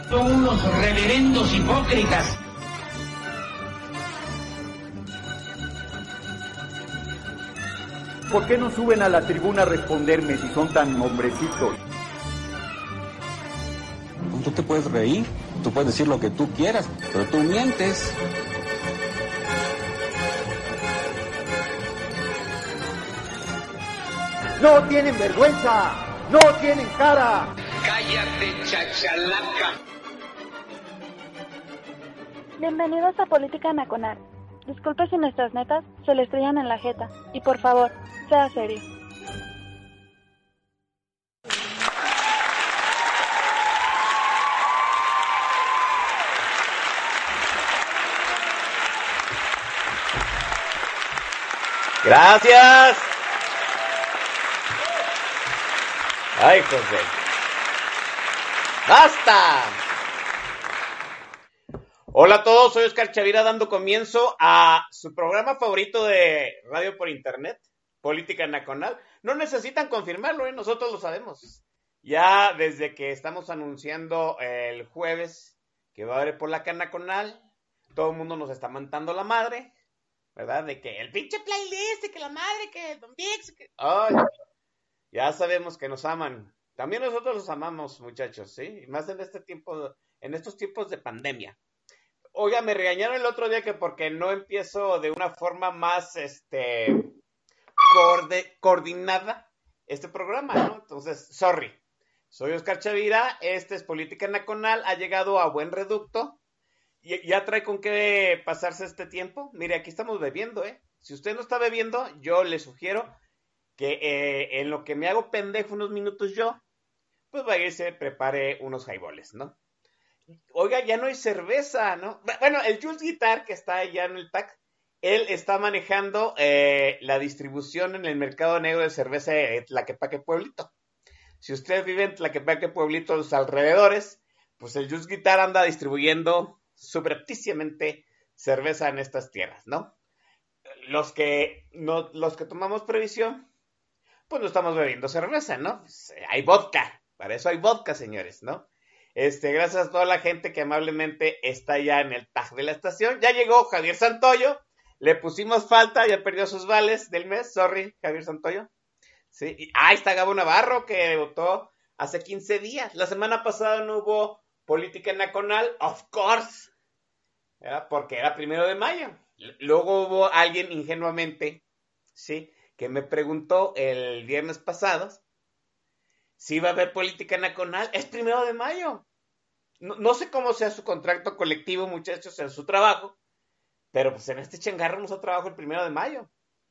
Son unos reverendos hipócritas. ¿Por qué no suben a la tribuna a responderme si son tan hombrecitos? Tú te puedes reír, tú puedes decir lo que tú quieras, pero tú mientes. ¡No tienen vergüenza! ¡No tienen cara! ¡Cállate, chachalaca! Bienvenidos a Política Nacional. Disculpe si nuestras netas se le estrellan en la jeta. Y por favor, sea serio. Gracias. Ay, José. ¡Basta! Hola a todos, soy Oscar Chavira dando comienzo a su programa favorito de radio por internet, Política Nacional. No necesitan confirmarlo, nosotros lo sabemos. Ya desde que estamos anunciando el jueves que va a haber Política Nacional, todo el mundo nos está mentando la madre, ¿verdad? De que el pinche playlist, que la madre, que Don Vix, que... Ay, ya sabemos que nos aman. También nosotros los amamos, muchachos, ¿sí? Y más en este tiempo, en estos tiempos de pandemia. Oiga, me regañaron el otro día que porque no empiezo de una forma más, coordinada este programa, ¿no? Entonces, sorry. Soy Oscar Chavira, este es Política Nacional, ha llegado a buen reducto. Y ya trae con qué pasarse este tiempo. Mire, aquí estamos bebiendo, ¿eh? Si usted no está bebiendo, yo le sugiero que en lo que me hago pendejo unos minutos yo, pues vaya y se prepare unos highballs, ¿no? Oiga, ya no hay cerveza, ¿no? Bueno, el Jules Guitar, que está allá en el TAC, él está manejando la distribución en el mercado negro de cerveza de Tlaquepaque Pueblito. Si usted vive en Tlaquepaque Pueblito, los alrededores, pues el Jules Guitar anda distribuyendo subrepticiamente cerveza en estas tierras, ¿no? Los que tomamos previsión, pues no estamos bebiendo cerveza, ¿no? Pues, hay vodka, para eso hay vodka, señores, ¿no? Gracias a toda la gente que amablemente está ya en el tag de la estación. Ya llegó Javier Santoyo, le pusimos falta, ya perdió sus vales del mes, sorry, Javier Santoyo. Sí, y ahí está Gabo Navarro, que votó hace 15 días. La semana pasada no hubo Política Nacional, of course, ¿verdad? Porque era 1 de mayo. Luego hubo alguien ingenuamente, ¿sí?, que me preguntó el viernes pasado si iba a haber Política Nacional. Es 1 de mayo. No sé cómo sea su contrato colectivo, muchachos, en su trabajo, pero pues en este changarro no se trabajo el 1 de mayo.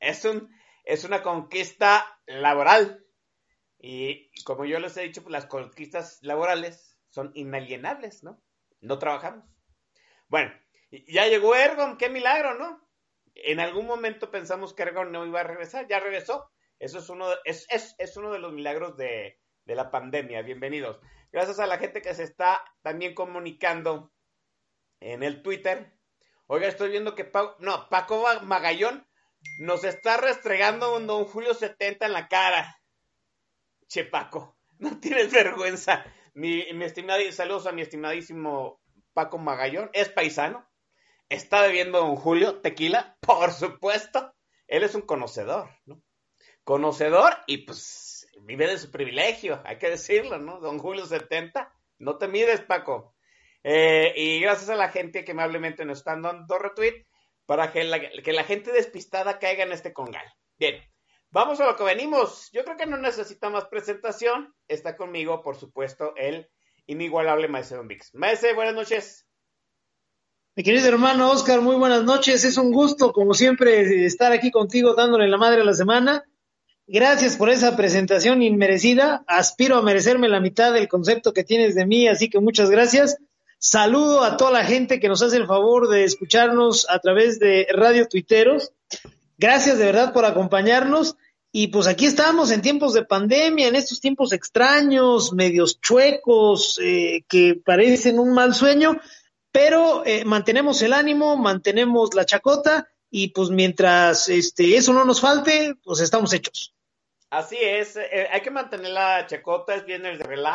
Es una conquista laboral. Y como yo les he dicho, pues las conquistas laborales son inalienables, ¿no? No trabajamos. Bueno, ya llegó Ergon, qué milagro, ¿no? En algún momento pensamos que Ergon no iba a regresar, ya regresó. Eso es uno de los milagros de la pandemia. Bienvenidos. Gracias a la gente que se está también comunicando en el Twitter. Oiga, estoy viendo que Paco Magallón nos está restregando un Don Julio 70 en la cara. Che, Paco, no tienes vergüenza. Saludos a mi estimadísimo Paco Magallón. Es paisano. Está bebiendo Don Julio tequila, por supuesto. Él es un conocedor, ¿no? Conocedor y pues vive de su privilegio, hay que decirlo, ¿no? Don Julio 70, no te mides, Paco. Y gracias a la gente que amablemente nos están dando retweet para que la gente despistada caiga en este congal. Bien, vamos a lo que venimos. Yo creo que no necesita más presentación. Está conmigo, por supuesto, el inigualable Maese Don Vix. Maese, buenas noches. Mi querido hermano Oscar, muy buenas noches. Es un gusto, como siempre, estar aquí contigo dándole la madre a la semana. Gracias por esa presentación inmerecida. Aspiro a merecerme la mitad del concepto que tienes de mí, así que muchas gracias. Saludo a toda la gente que nos hace el favor de escucharnos a través de Radio Tuiteros. Gracias de verdad por acompañarnos. Y pues aquí estamos en tiempos de pandemia, en estos tiempos extraños, medios chuecos, que parecen un mal sueño, pero mantenemos el ánimo, mantenemos la chacota y pues mientras eso no nos falte, pues estamos hechos. Así es, hay que mantener la chacota, es viernes de relax.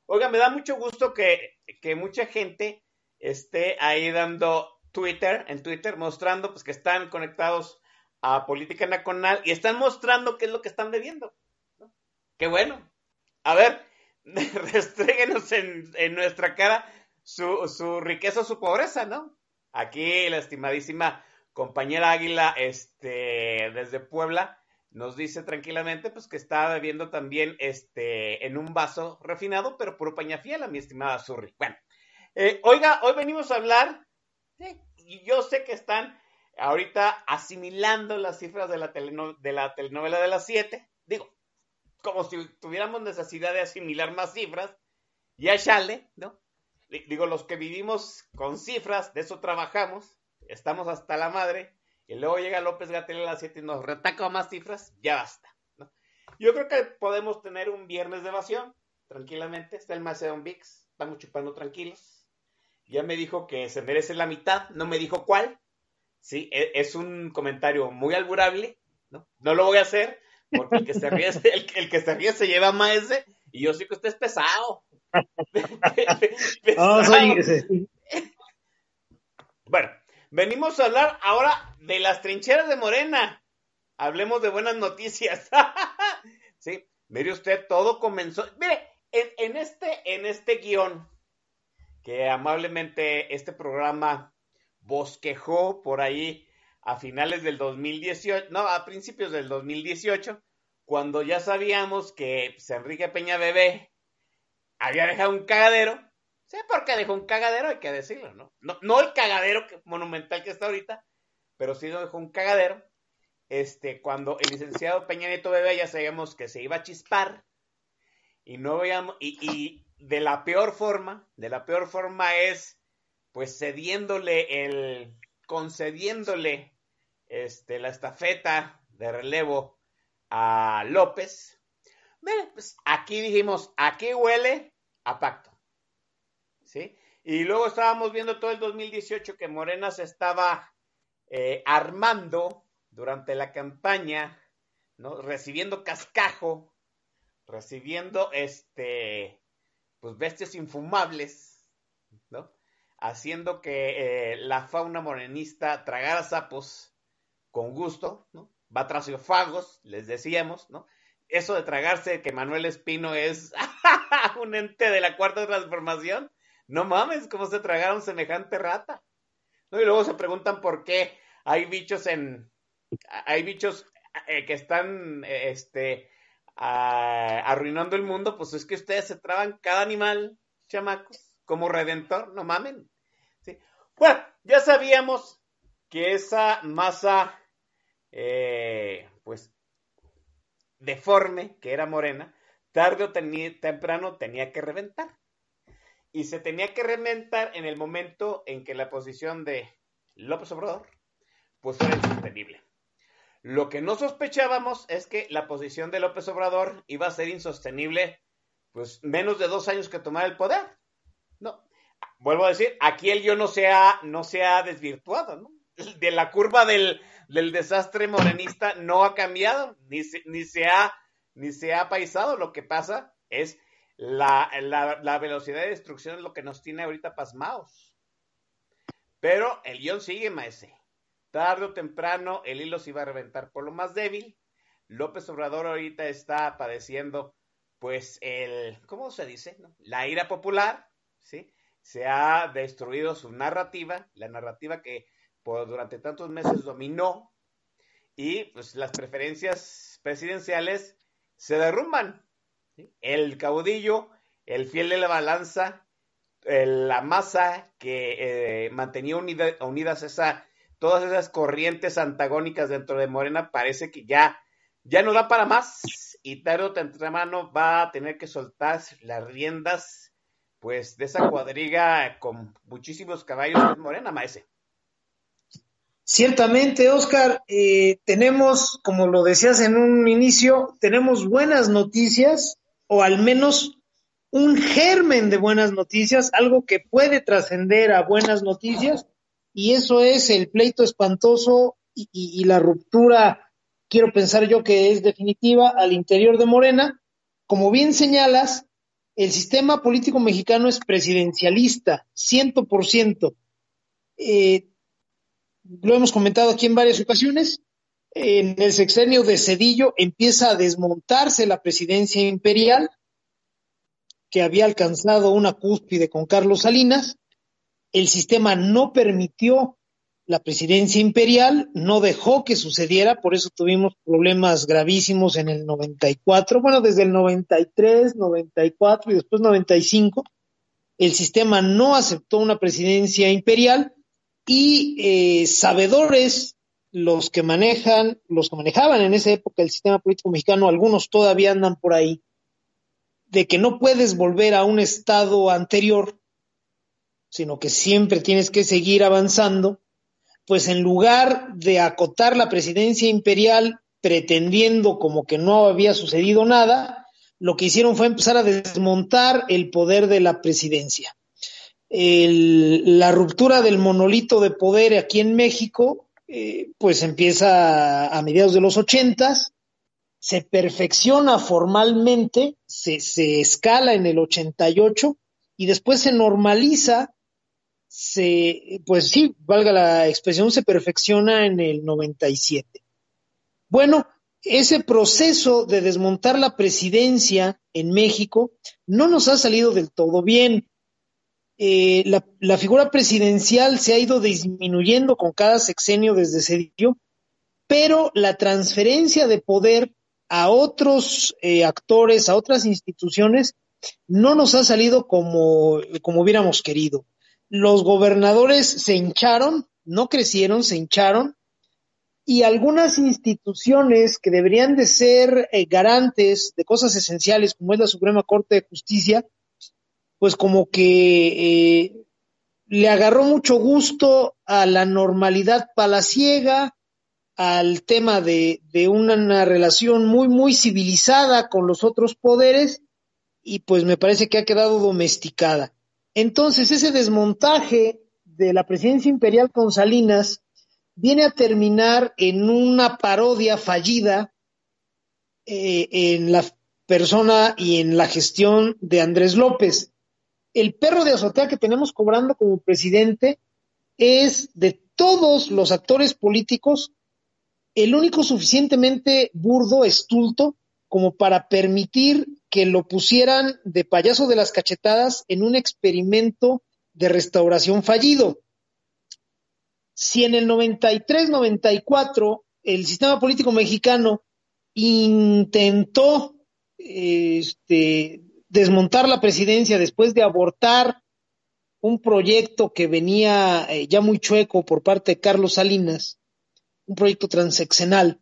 Oiga, me da mucho gusto que mucha gente esté ahí dando en Twitter, mostrando pues que están conectados a Política Nacional y están mostrando qué es lo que están bebiendo, ¿no? Qué bueno. A ver, restréguenos en nuestra cara su riqueza o su pobreza, ¿no? Aquí la estimadísima compañera Águila, desde Puebla, nos dice tranquilamente pues que está bebiendo también en un vaso refinado, pero puro Peñafiel, mi estimada Zurri. Bueno, oiga, hoy venimos a hablar, y yo sé que están ahorita asimilando las cifras de la telenovela de las 7, digo, como si tuviéramos necesidad de asimilar más cifras, ya chale, ¿no? Digo, los que vivimos con cifras, de eso trabajamos, estamos hasta la madre, y luego llega López-Gatell a las 7 y nos retaca más cifras, ya basta, ¿no? Yo creo que podemos tener un viernes de evasión, tranquilamente. Está el Macedon Vix, estamos chupando tranquilos. Ya me dijo que se merece la mitad, no me dijo cuál. Sí, es un comentario muy alburable, ¿no? No lo voy a hacer, porque el que se ríe, el que se ríe se lleva más ese, y yo sí que usted es pesado. No, soy... Bueno, venimos a hablar ahora de las trincheras de Morena. Hablemos de buenas noticias. Sí, mire usted, todo comenzó. Mire, en este guión que amablemente este programa bosquejó por ahí a finales del 2018, no, a principios del 2018, cuando ya sabíamos que pues, Enrique Peña Bebé había dejado un cagadero. Sí, porque dejó un cagadero, hay que decirlo, ¿no? No el cagadero monumental que está ahorita, pero sí lo dejó un cagadero. Cuando el licenciado Peña Nieto Bebé ya sabíamos que se iba a chispar y no veíamos, y de la peor forma es pues concediéndole la estafeta de relevo a López. Mire, pues aquí dijimos, aquí huele a pacto, ¿sí? Y luego estábamos viendo todo el 2018 que Morena se estaba armando durante la campaña, ¿no? Recibiendo cascajo, recibiendo pues bestias infumables, ¿no? Haciendo que la fauna morenista tragara sapos con gusto, ¿no? Batraciófagos, les decíamos, ¿no? Eso de tragarse que Manuel Espino es un ente de la cuarta transformación. No mames, ¿cómo se tragaron semejante rata? ¿No? Y luego se preguntan por qué hay bichos que están arruinando el mundo. Pues es que ustedes se traban cada animal, chamacos, como redentor, no mamen. ¿Sí? Bueno, ya sabíamos que esa masa pues deforme que era Morena, tarde o temprano tenía que reventar. Y se tenía que reventar en el momento en que la posición de López Obrador pues era insostenible. Lo que no sospechábamos es que la posición de López Obrador iba a ser insostenible pues menos de 2 años que tomara el poder. No, vuelvo a decir, aquí el guión no se ha desvirtuado, ¿no? De la curva del desastre morenista no ha cambiado, ni se ha paisado. Lo que pasa es la velocidad de destrucción es lo que nos tiene ahorita pasmados. Pero el guión sigue, maese. Tarde o temprano el hilo se iba a reventar por lo más débil. López Obrador ahorita está padeciendo, pues, ¿cómo se dice? ¿No? La ira popular, ¿sí? Se ha destruido su narrativa, la narrativa que durante tantos meses dominó, y pues las preferencias presidenciales se derrumban, ¿sí? El caudillo, el fiel de la balanza, la masa que mantenía unidas todas esas corrientes antagónicas dentro de Morena, parece que ya no da para más, y tarde o temprano va a tener que soltar las riendas pues de esa cuadriga con muchísimos caballos que es Morena, maese. Ciertamente, Oscar, tenemos, como lo decías en un inicio, tenemos buenas noticias, o al menos un germen de buenas noticias, algo que puede trascender a buenas noticias, y eso es el pleito espantoso y la ruptura, quiero pensar yo que es definitiva al interior de Morena. Como bien señalas, el sistema político mexicano es presidencialista, 100%. Lo hemos comentado aquí en varias ocasiones. En el sexenio de Zedillo empieza a desmontarse la presidencia imperial, que había alcanzado una cúspide con Carlos Salinas. El sistema no permitió la presidencia imperial, no dejó que sucediera, por eso tuvimos problemas gravísimos en el 94, bueno, desde el 93, 94 y después 95, el sistema no aceptó una presidencia imperial y sabedores, los que manejaban en esa época el sistema político mexicano, algunos todavía andan por ahí, de que no puedes volver a un estado anterior, sino que siempre tienes que seguir avanzando, pues en lugar de acotar la presidencia imperial pretendiendo como que no había sucedido nada, lo que hicieron fue empezar a desmontar el poder de la presidencia. La ruptura del monolito de poder aquí en México, pues empieza a mediados de los 80s, se perfecciona formalmente, se escala en el 88 y después se normaliza. Pues sí, valga la expresión, se perfecciona en el 97. Bueno, ese proceso de desmontar la presidencia en México no nos ha salido del todo bien. La figura presidencial se ha ido disminuyendo con cada sexenio desde Zedillo, pero la transferencia de poder a otros actores, a otras instituciones, no nos ha salido como hubiéramos querido. Los gobernadores se hincharon, no crecieron, se hincharon, y algunas instituciones que deberían de ser garantes de cosas esenciales, como es la Suprema Corte de Justicia, pues como que le agarró mucho gusto a la normalidad palaciega, al tema de una relación muy, muy civilizada con los otros poderes, y pues me parece que ha quedado domesticada. Entonces, ese desmontaje de la presidencia imperial con Salinas viene a terminar en una parodia fallida en la persona y en la gestión de Andrés López. El perro de azotea que tenemos cobrando como presidente es, de todos los actores políticos, el único suficientemente burdo, estulto, como para permitir que lo pusieran de payaso de las cachetadas en un experimento de restauración fallido. Si en el 93-94 el sistema político mexicano intentó desmontar la presidencia después de abortar un proyecto que venía ya muy chueco por parte de Carlos Salinas, un proyecto transeccional,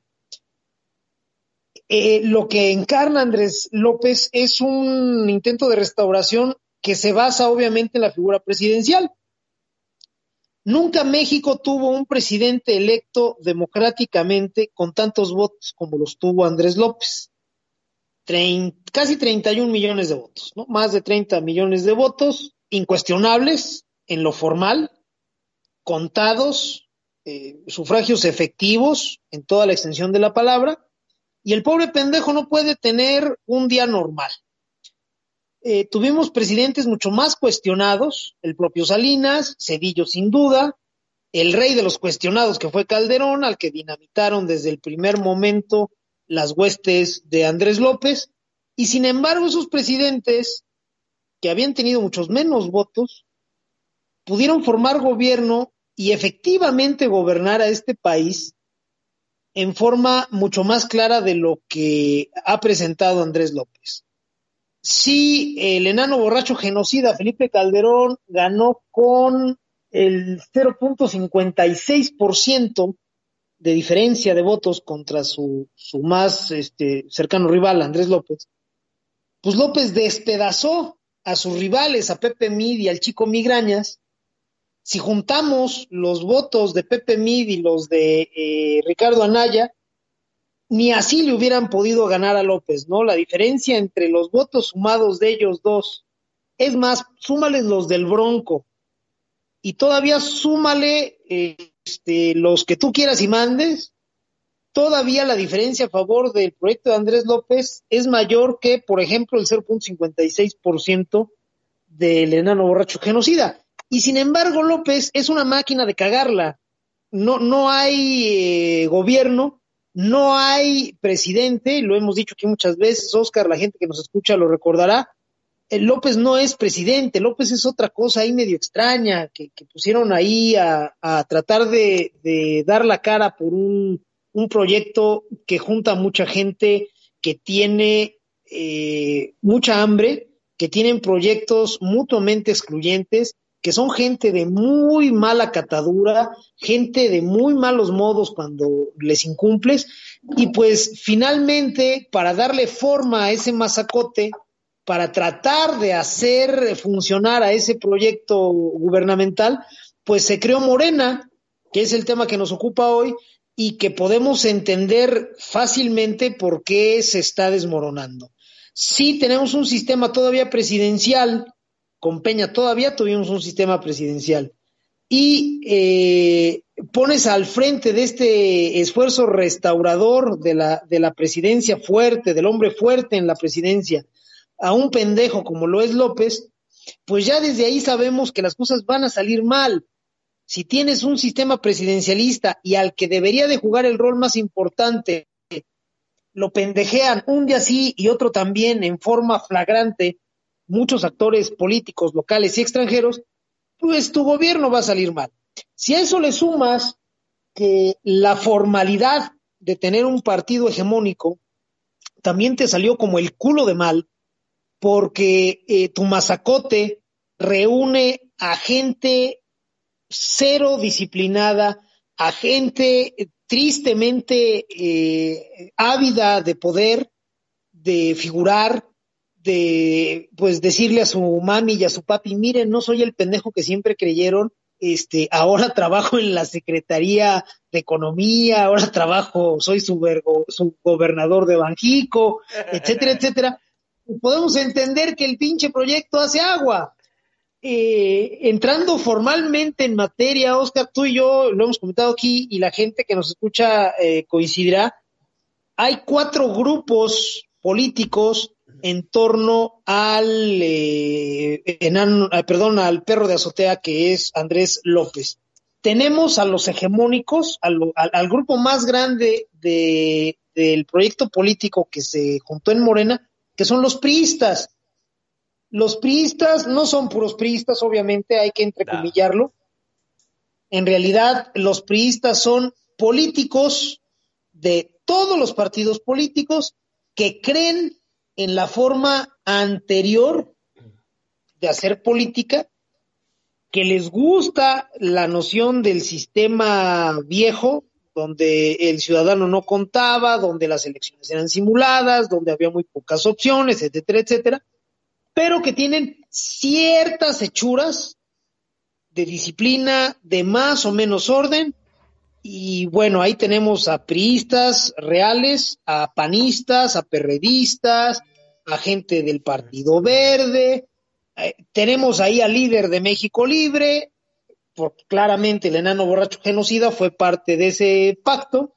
lo que encarna Andrés López es un intento de restauración que se basa obviamente en la figura presidencial. Nunca México tuvo un presidente electo democráticamente con tantos votos como los tuvo Andrés López. Casi 31 millones de votos, ¿no? Más de 30 millones de votos, incuestionables en lo formal, contados, sufragios efectivos en toda la extensión de la palabra, y el pobre pendejo no puede tener un día normal. Tuvimos presidentes mucho más cuestionados, el propio Salinas, Zedillo sin duda, el rey de los cuestionados que fue Calderón, al que dinamitaron desde el primer momento las huestes de Andrés López, y sin embargo esos presidentes, que habían tenido muchos menos votos, pudieron formar gobierno y efectivamente gobernar a este país en forma mucho más clara de lo que ha presentado Andrés López. Sí, el enano borracho genocida Felipe Calderón ganó con el 0.56% de diferencia de votos contra su más cercano rival, Andrés López. Pues López despedazó a sus rivales, a Pepe Mid y al Chico Migrañas. Si juntamos los votos de Pepe Mid y los de Ricardo Anaya, ni así le hubieran podido ganar a López, ¿no? La diferencia entre los votos sumados de ellos dos, es más, súmales los del Bronco, y todavía súmale los que tú quieras y mandes, todavía la diferencia a favor del proyecto de Andrés López es mayor que, por ejemplo, el 0.56% del enano borracho genocida. Y sin embargo, López es una máquina de cagarla. No hay gobierno, no hay presidente, lo hemos dicho aquí muchas veces, Oscar, la gente que nos escucha lo recordará. López no es presidente, López es otra cosa ahí medio extraña, que pusieron ahí a tratar de dar la cara por un proyecto que junta a mucha gente, que tiene mucha hambre, que tienen proyectos mutuamente excluyentes, que son gente de muy mala catadura, gente de muy malos modos cuando les incumples, y pues finalmente, para darle forma a ese mazacote, para tratar de hacer funcionar a ese proyecto gubernamental, pues se creó Morena, que es el tema que nos ocupa hoy, y que podemos entender fácilmente por qué se está desmoronando. Sí tenemos un sistema todavía presidencial, con Peña todavía tuvimos un sistema presidencial, y pones al frente de este esfuerzo restaurador de la presidencia fuerte, del hombre fuerte en la presidencia, a un pendejo como lo es López, pues ya desde ahí sabemos que las cosas van a salir mal. Si tienes un sistema presidencialista y al que debería de jugar el rol más importante, lo pendejean un día sí y otro también en forma flagrante, muchos actores políticos locales y extranjeros, pues tu gobierno va a salir mal. Si a eso le sumas que la formalidad de tener un partido hegemónico también te salió como el culo de mal, porque tu mazacote reúne a gente cero disciplinada, a gente tristemente ávida de poder, de figurar, de pues decirle a su mami y a su papi, miren, no soy el pendejo que siempre creyeron, ahora trabajo en la Secretaría de Economía, ahora soy su gobernador de Banjico, etcétera, etcétera. Podemos entender que el pinche proyecto hace agua. Entrando formalmente en materia, Oscar, tú y yo lo hemos comentado aquí y la gente que nos escucha coincidirá, hay 4 grupos políticos en torno al al perro de azotea que es Andrés López. Tenemos a los hegemónicos, al grupo más grande del proyecto político que se juntó en Morena, que son los priistas. Los priistas no son puros priistas, obviamente, hay que entrecomillarlo. En realidad, los priistas son políticos de todos los partidos políticos que creen en la forma anterior de hacer política, que les gusta la noción del sistema viejo, donde el ciudadano no contaba, donde las elecciones eran simuladas, donde había muy pocas opciones, etcétera, etcétera, pero que tienen ciertas hechuras de disciplina, de más o menos orden, y bueno, ahí tenemos a priistas reales, a panistas, a perredistas, a gente del Partido Verde, tenemos ahí al líder de México Libre, porque claramente el enano borracho genocida fue parte de ese pacto,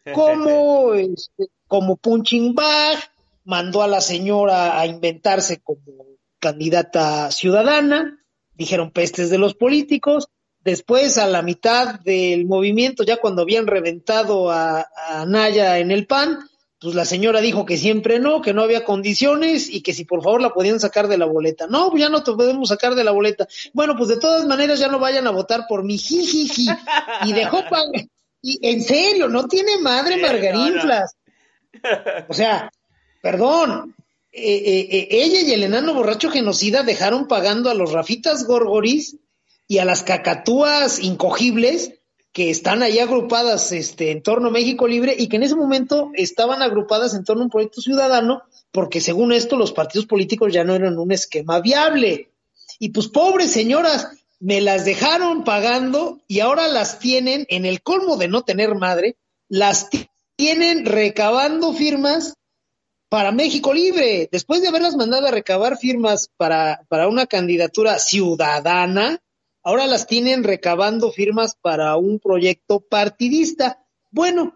como punching bag, mandó a la señora a inventarse como candidata ciudadana, dijeron pestes de los políticos. Después, a la mitad del movimiento, ya cuando habían reventado a Anaya en el PAN, pues la señora dijo que siempre no, que no había condiciones y que si por favor la podían sacar de la boleta. No, pues ya no te podemos sacar de la boleta. Bueno, pues de todas maneras ya no vayan a votar por mí, jijiji. Y dejó y en serio, no tiene madre Margarinflas. O sea, perdón, ella y el enano borracho genocida dejaron pagando a los Rafitas Gorgoris y a las cacatúas incogibles que están ahí agrupadas en torno a México Libre y que en ese momento estaban agrupadas en torno a un proyecto ciudadano, porque según esto los partidos políticos ya no eran un esquema viable. Y pues pobres señoras, me las dejaron pagando y ahora las tienen, en el colmo de no tener madre, las tienen recabando firmas para México Libre, después de haberlas mandado a recabar firmas para una candidatura ciudadana. Ahora las tienen recabando firmas para un proyecto partidista. Bueno,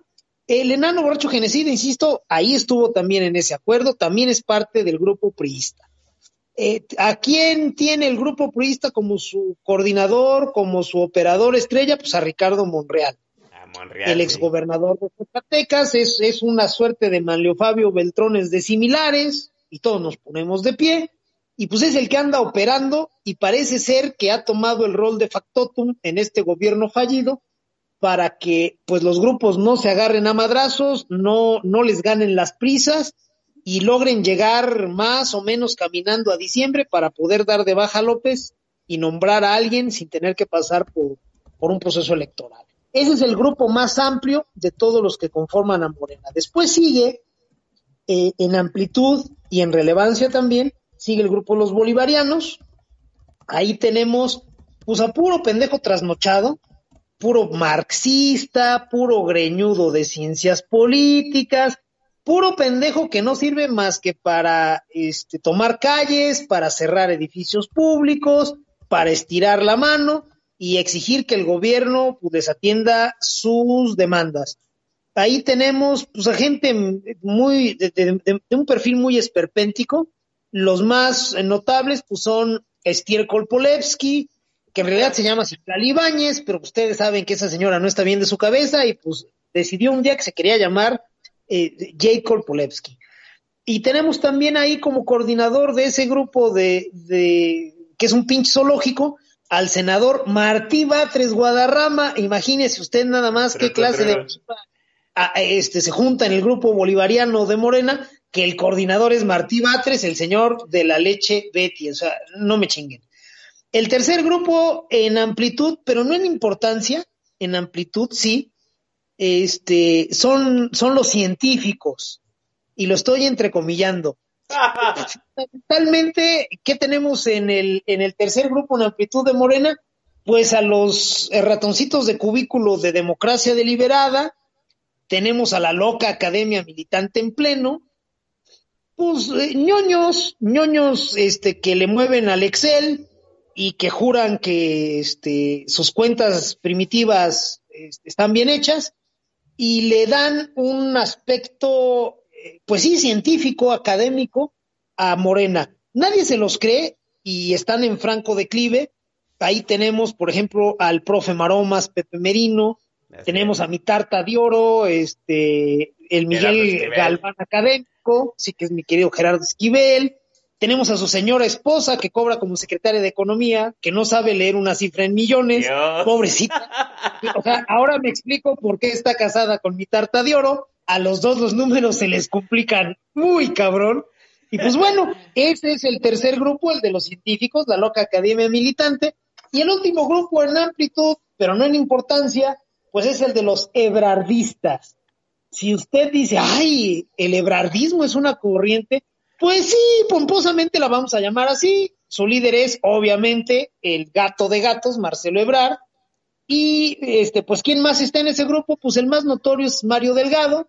El enano borracho genocida, insisto, ahí estuvo también en ese acuerdo, también es parte del grupo priista. ¿A quién tiene el grupo priista como su coordinador, como su operador estrella? Pues a Ricardo Monreal. Monreal, el exgobernador de Zacatecas, es una suerte de Manlio Fabio Beltrones de similares, y todos nos ponemos de pie, y pues es el que anda operando, y parece ser que ha tomado el rol de factotum en este gobierno fallido, para que pues los grupos no se agarren a madrazos, no les ganen las prisas, y logren llegar más o menos caminando a diciembre para poder dar de baja a López y nombrar a alguien sin tener que pasar por un proceso electoral. Ese es el grupo más amplio de todos los que conforman a Morena. Después sigue, en amplitud y en relevancia también, sigue el grupo Los Bolivarianos. Ahí tenemos, pues a puro pendejo trasnochado, puro marxista, puro greñudo de ciencias políticas, puro pendejo que no sirve más que para tomar calles, para cerrar edificios públicos, para estirar la mano y exigir que el gobierno pues, les atienda sus demandas. Ahí tenemos pues, a gente muy de un perfil muy esperpéntico. Los más notables pues, son Estiércol Polevsky, que en realidad se llama Citlali Ibáñez, pero ustedes saben que esa señora no está bien de su cabeza y pues decidió un día que se quería llamar Jacob Polevsky. Y tenemos también ahí como coordinador de ese grupo de que es un pinche zoológico, al senador Martí Batres Guadarrama. Imagínese usted nada más qué clase de se junta en el grupo bolivariano de Morena, que el coordinador es Martí Batres, el señor de la leche Betty, o sea, no me chinguen. El tercer grupo en amplitud, pero no en importancia, en amplitud sí, son los científicos, y lo estoy entrecomillando. Totalmente, ¿qué tenemos en el tercer grupo en amplitud de Morena? Pues a los ratoncitos de cubículo de Democracia Deliberada, tenemos a la loca Academia Militante en Pleno, pues ñoños que le mueven al Excel y que juran que sus cuentas primitivas están bien hechas y le dan un aspecto pues sí, científico, académico, a Morena. Nadie se los cree y están en franco declive. Ahí tenemos, por ejemplo, al profe Maromas, Pepe Merino, tenemos a mi tarta de oro, el Miguel Galván académico, sí que es mi querido Gerardo Esquivel, tenemos a su señora esposa que cobra como secretaria de Economía, que no sabe leer una cifra en millones, Dios. Pobrecita. O sea, ahora me explico por qué está casada con mi tarta de oro. A los dos los números se les complican muy cabrón. Y pues bueno, ese es el tercer grupo, el de los científicos, la loca Academia Militante. Y el último grupo en amplitud, pero no en importancia, pues es el de los ebrardistas. Si usted dice, ay, el ebrardismo es una corriente, pues sí, pomposamente la vamos a llamar así. Su líder es, obviamente, el gato de gatos, Marcelo Ebrard. Y, pues, ¿quién más está en ese grupo? Pues el más notorio es Mario Delgado,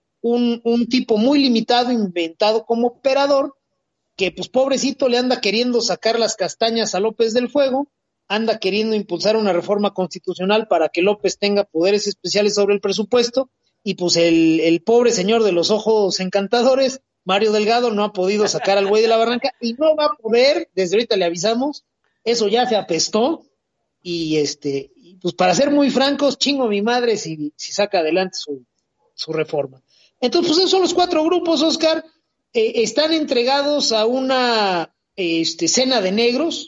un tipo muy limitado, inventado como operador, que pues pobrecito le anda queriendo sacar las castañas a López del Fuego, anda queriendo impulsar una reforma constitucional para que López tenga poderes especiales sobre el presupuesto, y pues el pobre señor de los ojos encantadores, Mario Delgado, no ha podido sacar al güey de la barranca, y no va a poder, desde ahorita le avisamos, eso ya se apestó, y pues para ser muy francos, chingo mi madre si saca adelante su reforma. Entonces, pues esos son los cuatro grupos, Oscar, están entregados a una cena de negros.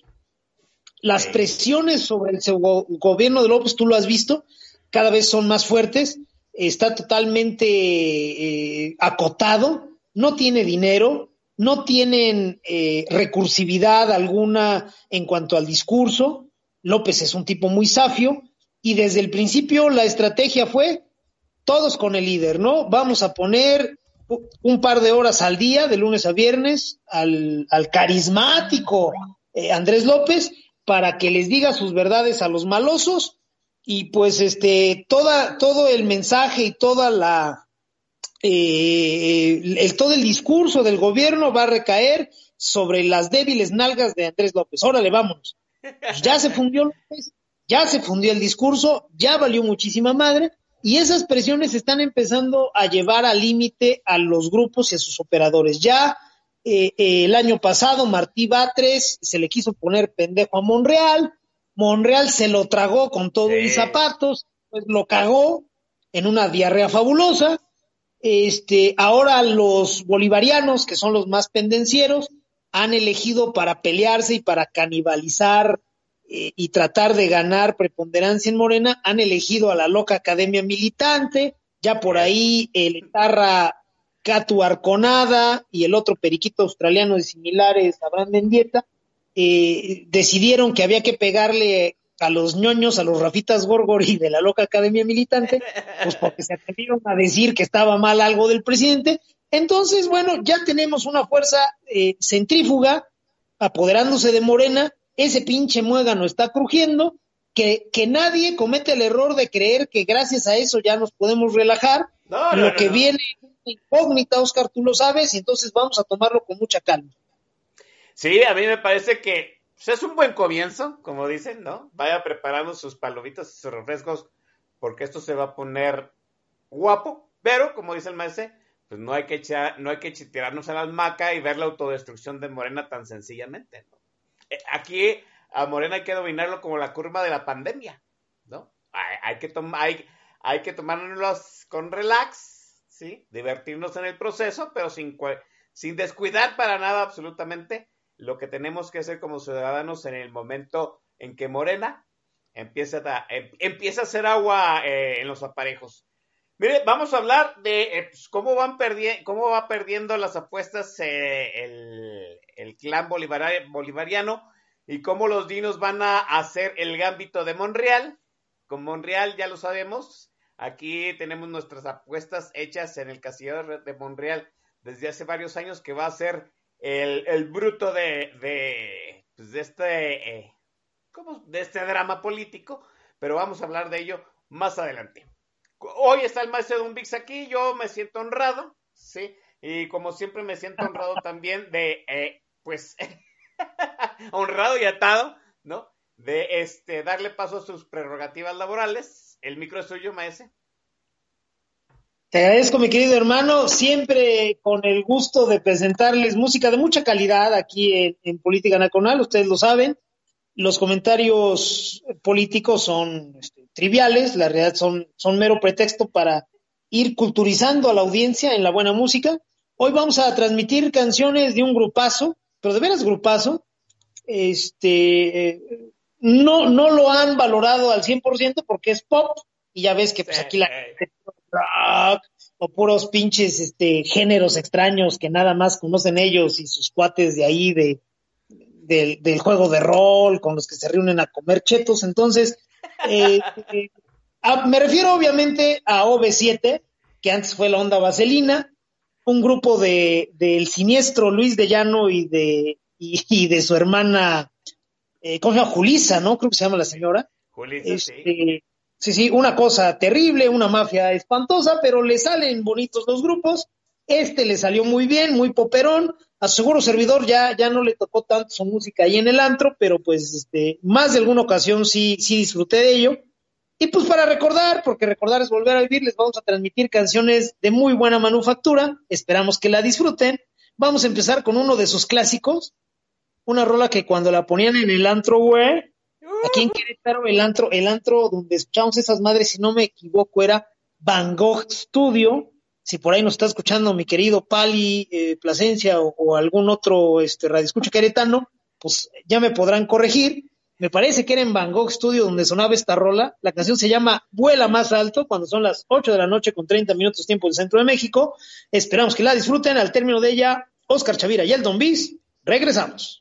Las presiones sobre el gobierno de López, tú lo has visto, cada vez son más fuertes, está totalmente acotado, no tiene dinero, no tienen recursividad alguna en cuanto al discurso. López es un tipo muy safio y desde el principio la estrategia fue todos con el líder, ¿no? Vamos a poner un par de horas al día, de lunes a viernes, al carismático Andrés López, para que les diga sus verdades a los malosos, y pues todo el mensaje y toda todo el discurso del gobierno va a recaer sobre las débiles nalgas de Andrés López. Órale, vámonos. Ya se fundió López, ya se fundió el discurso, ya valió muchísima madre, y esas presiones están empezando a llevar al límite a los grupos y a sus operadores. Ya el año pasado Martí Batres se le quiso poner pendejo a Monreal se lo tragó con todo y zapatos, pues lo cagó en una diarrea fabulosa. Ahora los bolivarianos, que son los más pendencieros, han elegido para pelearse y para canibalizar y tratar de ganar preponderancia en Morena, han elegido a la loca Academia Militante, ya por ahí el etarra Catu Arconada y el otro periquito australiano de similares, Abraham Mendieta, decidieron que había que pegarle a los ñoños, a los Rafitas Gorgori de la loca Academia Militante, pues porque se atrevieron a decir que estaba mal algo del presidente. Entonces, bueno, ya tenemos una fuerza centrífuga apoderándose de Morena. Ese pinche muégano está crujiendo, que nadie comete el error de creer que gracias a eso ya nos podemos relajar. Lo que viene es incógnita, Oscar, tú lo sabes, y entonces vamos a tomarlo con mucha calma. Sí, a mí me parece que es un buen comienzo, como dicen, ¿no? Vaya preparando sus palomitas y sus refrescos, porque esto se va a poner guapo, pero, como dice el maestro, pues no hay que tirarnos a la hamaca y ver la autodestrucción de Morena tan sencillamente, ¿no? Aquí a Morena hay que dominarlo como la curva de la pandemia, ¿no? Hay que tomárnoslos con relax, ¿sí? Divertirnos en el proceso, pero sin descuidar para nada absolutamente lo que tenemos que hacer como ciudadanos en el momento en que Morena empieza a hacer agua en los aparejos. Mire, vamos a hablar de cómo va perdiendo las apuestas el clan bolivariano y cómo los dinos van a hacer el gambito de Monreal. Con Monreal ya lo sabemos, aquí tenemos nuestras apuestas hechas en el casillero de Monreal desde hace varios años, que va a ser el bruto de este drama político, pero vamos a hablar de ello más adelante. Hoy está el maestro Dumbix aquí, yo me siento honrado, ¿sí? Y como siempre me siento honrado también de, honrado y atado, ¿no? De darle paso a sus prerrogativas laborales. El micro es suyo, maestro. Te agradezco, mi querido hermano, siempre con el gusto de presentarles música de mucha calidad aquí en Política Nacional, ustedes lo saben. Los comentarios políticos son triviales, la realidad son mero pretexto para ir culturizando a la audiencia en la buena música. Hoy vamos a transmitir canciones de un grupazo, pero de veras grupazo. No lo han valorado al 100% porque es pop, y ya ves que pues aquí la rock o puros pinches géneros extraños que nada más conocen ellos y sus cuates de ahí del juego de rol con los que se reúnen a comer chetos. Entonces me refiero obviamente a OV7, que antes fue la Onda Vaselina, un grupo del siniestro Luis de Llano y de su hermana, ¿cómo se llama? Julisa, ¿no? Creo que se llama la señora. Julisa, sí. Sí, una cosa terrible, una mafia espantosa, pero le salen bonitos los grupos. Le salió muy bien, muy poperón. A su seguro servidor ya no le tocó tanto su música ahí en el antro, pero pues más de alguna ocasión sí disfruté de ello. Y pues para recordar, porque recordar es volver a vivir, les vamos a transmitir canciones de muy buena manufactura. Esperamos que la disfruten. Vamos a empezar con uno de sus clásicos, una rola que cuando la ponían en el antro, güey, aquí en Querétaro, el antro donde escuchamos esas madres, si no me equivoco, era Van Gogh Studio. Si por ahí nos está escuchando mi querido Pali Plasencia o algún otro radioescucha queretano, pues ya me podrán corregir. Me parece que era en Van Gogh Studio donde sonaba esta rola. La canción se llama Vuela Más Alto, cuando son las 8 de la noche con 30 minutos tiempo del centro de México. Esperamos que la disfruten. Al término de ella, Oscar Chavira y el Don Bis. Regresamos.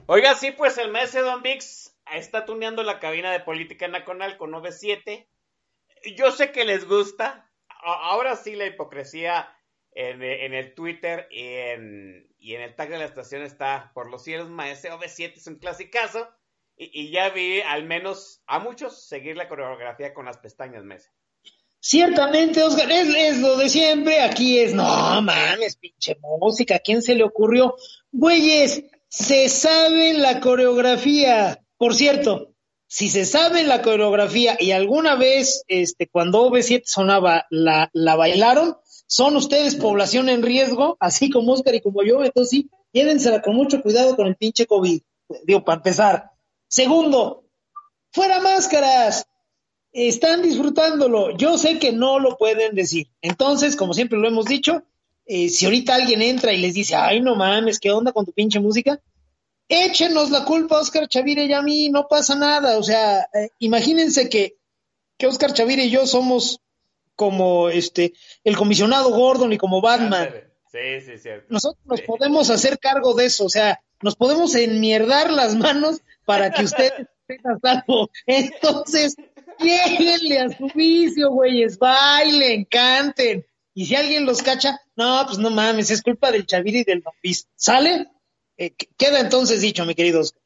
Oiga, sí, pues el maestro Don Vix está tuneando la cabina de Política Nacional con OV7. Yo sé que les gusta. Ahora sí la hipocresía en el Twitter y en el tag de la estación está por los cielos. Maestro OV7 es un clasicazo. Y ya vi al menos a muchos seguir la coreografía con las pestañas, Mesa. Ciertamente, Oscar, es lo de siempre. Aquí es, no mames, pinche música, ¿a quién se le ocurrió? Güeyes, se sabe la coreografía. Por cierto, si se sabe la coreografía y alguna vez, cuando OV7 sonaba, la bailaron, son ustedes población en riesgo, así como Oscar y como yo. Entonces sí, llévensela con mucho cuidado con el pinche COVID. Digo, para empezar. Segundo, fuera máscaras. Están disfrutándolo. Yo sé que no lo pueden decir. Entonces, como siempre lo hemos dicho, si ahorita alguien entra y les dice, ay, no mames, ¿qué onda con tu pinche música? Échenos la culpa a Oscar Chavira y a mí, no pasa nada. O sea, imagínense que Oscar Chavira y yo somos como el comisionado Gordon y como Batman. Sí, cierto. Nosotros nos podemos hacer cargo de eso. O sea, nos podemos enmierdar las manos para que ustedes estén a salvo. Entonces, lléguenle a su vicio, güeyes, bailen, canten. Y si alguien los cacha, no, pues no mames, es culpa del Chavira y del Novis. ¿Sale? Queda entonces dicho, mi querido Oscar.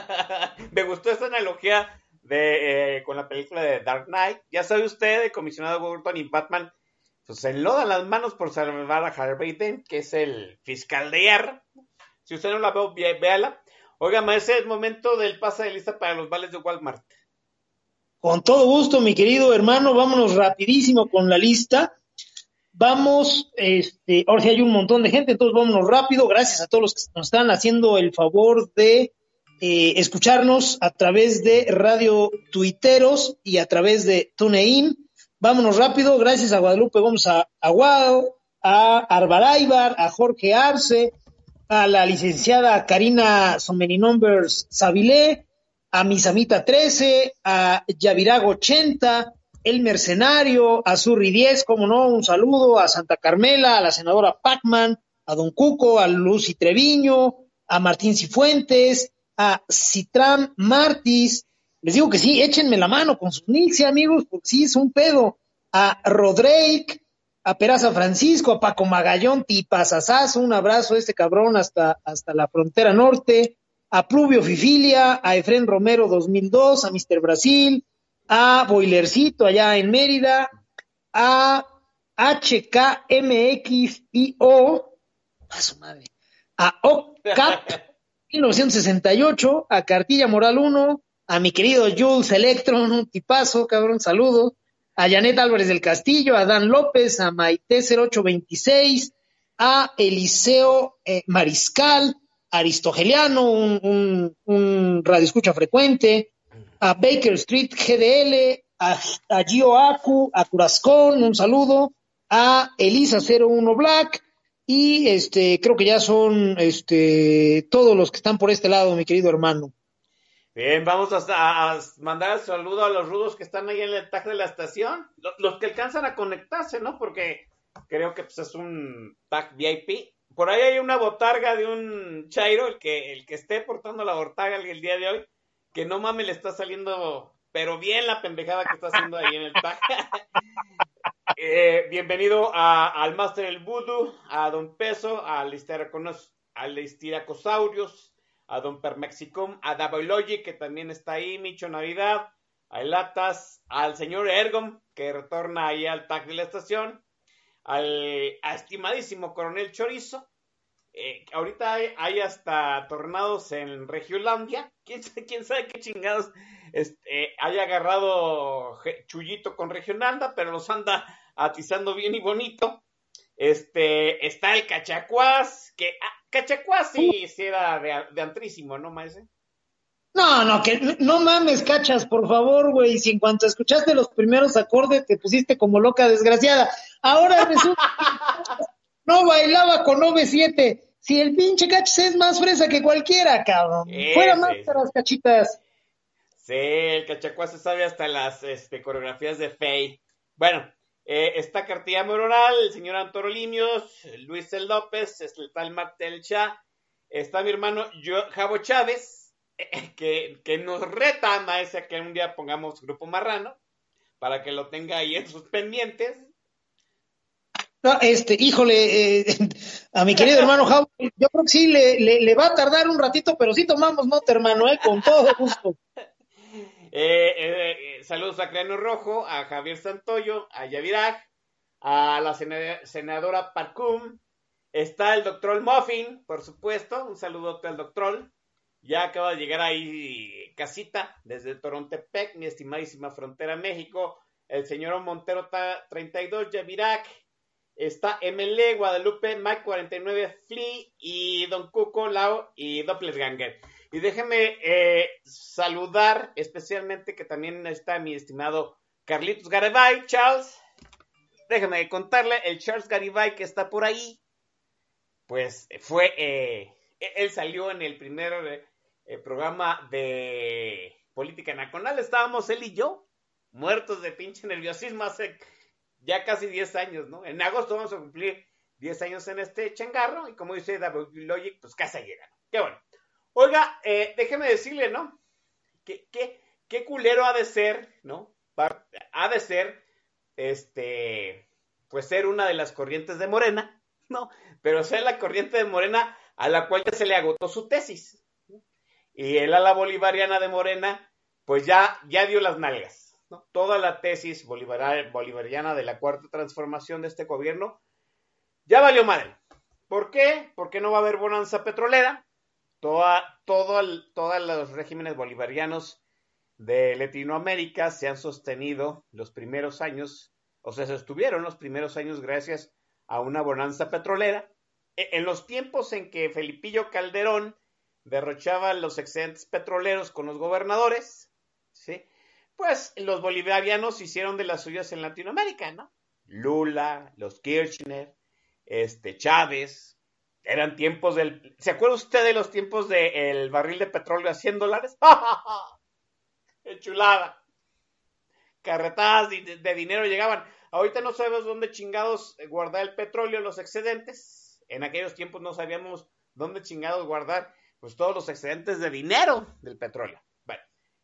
Me gustó esta analogía con la película de Dark Knight. Ya sabe usted, el comisionado Gordon y Batman pues se enlodan las manos por salvar a Harvey Dent, que es el fiscal de hierro. Si usted no la ve, véala. Oiga, maestro, es momento del pase de lista para los vales de Walmart. Con todo gusto, mi querido hermano, vámonos rapidísimo con la lista. Vamos, ahora sí hay un montón de gente, entonces vámonos rápido. Gracias a todos los que nos están haciendo el favor de escucharnos a través de Radio Tuiteros y a través de TuneIn. Vámonos rápido, gracias a Guadalupe Gómez Aguado, a Arbaráibar, a Jorge Arce, a la licenciada Karina Someninombers Sabilé, a Misamita 13, a Yavirago 80, El Mercenario, a Zurri 10, como no, un saludo, a Santa Carmela, a la senadora Pacman, a Don Cuco, a Lucy Treviño, a Martín Cifuentes, a Citram Martis. Les digo que sí, échenme la mano con sus nicks, amigos, porque sí es un pedo. A Rodrake, a Peraza Francisco, a Paco Magallón, tipazazazo, un abrazo a este cabrón hasta la frontera norte, a Pluvio Fifilia, a Efrén Romero 2002, a Mr. Brasil, a Boilercito allá en Mérida, a HKMXIO, a su madre, a OCAP 1968, a Cartilla Moral 1, a mi querido Jules Electron, un tipazo, cabrón, saludos, a Janet Álvarez del Castillo, a Dan López, a Maite 0826, a Eliseo Mariscal, a Aristogeliano, un radioescucha frecuente, a Baker Street GDL, a Gio Acu, a Curascón, un saludo, a Elisa 01 Black, y creo que ya son todos los que están por este lado, mi querido hermano. Bien, vamos a mandar saludo a los rudos que están ahí en el tag de la estación, los que alcanzan a conectarse, ¿no? Porque creo que pues, es un tag VIP. Por ahí hay una botarga de un chairo, el que esté portando la botarga el día de hoy, que no mames le está saliendo, pero bien la pendejada que está haciendo ahí en el tag. Bienvenido al Master del Voodoo, a Don Peso, al Listiracosaurios, a Don Permexicum, a Daboilogi, que también está ahí, Micho Navidad, a Elatas, al señor Ergom, que retorna ahí al tag de la estación, a estimadísimo Coronel Chorizo. Ahorita hay hasta tornados en Regiolandia. ¿Quién sabe qué chingados haya agarrado Chuyito con Regionalda, pero los anda atizando bien y bonito. Está el Cachacuás, que Cachacuás sí era de antrísimo, ¿no, maese? No, que no mames, Cachas, por favor, güey. Si en cuanto escuchaste los primeros acordes te pusiste como loca desgraciada. Ahora resulta que no bailaba con OV7. Si el pinche Cachas es más fresa que cualquiera, cabrón. Fuera máscaras, cachitas. Sí, el Cachacuás se sabe hasta las coreografías de Faye. Bueno, está Cartilla Moral, el señor Antorolimios, Luis El López, el tal Martel Cha, Está mi hermano Javo Chávez, que nos reta, maese, a que un día pongamos Grupo Marrano, para que lo tenga ahí en sus pendientes. No, híjole, a mi querido hermano Javo, yo creo que sí le va a tardar un ratito, pero sí tomamos nota, hermano, con todo gusto. Saludos a Creano Rojo, a Javier Santoyo, a Yaviraj, a la senadora Parcum. Está el doctor Muffin, por supuesto. Un saludote al doctor. Ya acaba de llegar ahí casita desde Torontepec, mi estimadísima frontera México. El señor Montero 32, Yaviraj. Está ML, Guadalupe, Mike 49, Flea y Don Cuco, Lao y Doppelganger. Y déjeme saludar especialmente que también está mi estimado Carlitos Garibay, Charles. Déjeme contarle, el Charles Garibay que está por ahí, pues él salió en el primer programa de Política Nacional. Estábamos él y yo, muertos de pinche nerviosismo hace ya casi 10 años, ¿no? En agosto vamos a cumplir 10 años en este changarro, y como dice David Logic, pues casa llega, ¿no? Qué bueno. Oiga, déjeme decirle, ¿no? ¿Qué culero ha de ser, ¿no? Ha de ser, pues ser una de las corrientes de Morena, ¿no? Pero ser la corriente de Morena a la cual ya se le agotó su tesis, ¿no? Y el ala bolivariana de Morena, pues ya dio las nalgas, ¿no? Toda la tesis bolivariana de la cuarta transformación de este gobierno ya valió madre. ¿Por qué? Porque no va a haber bonanza petrolera. Todos los regímenes bolivarianos de Latinoamérica se han sostenido los primeros años, o sea, se sostuvieron los primeros años gracias a una bonanza petrolera. En los tiempos en que Felipillo Calderón derrochaba los excedentes petroleros con los gobernadores, ¿sí? Pues los bolivarianos hicieron de las suyas en Latinoamérica, ¿no? Lula, los Kirchner, Chávez. Eran tiempos ¿Se acuerda usted de los tiempos del barril de petróleo a $100? ¡Qué chulada! Carretadas de dinero llegaban. Ahorita no sabemos dónde chingados guardar el petróleo, los excedentes. En aquellos tiempos no sabíamos dónde chingados guardar, pues, todos los excedentes de dinero del petróleo. Bueno,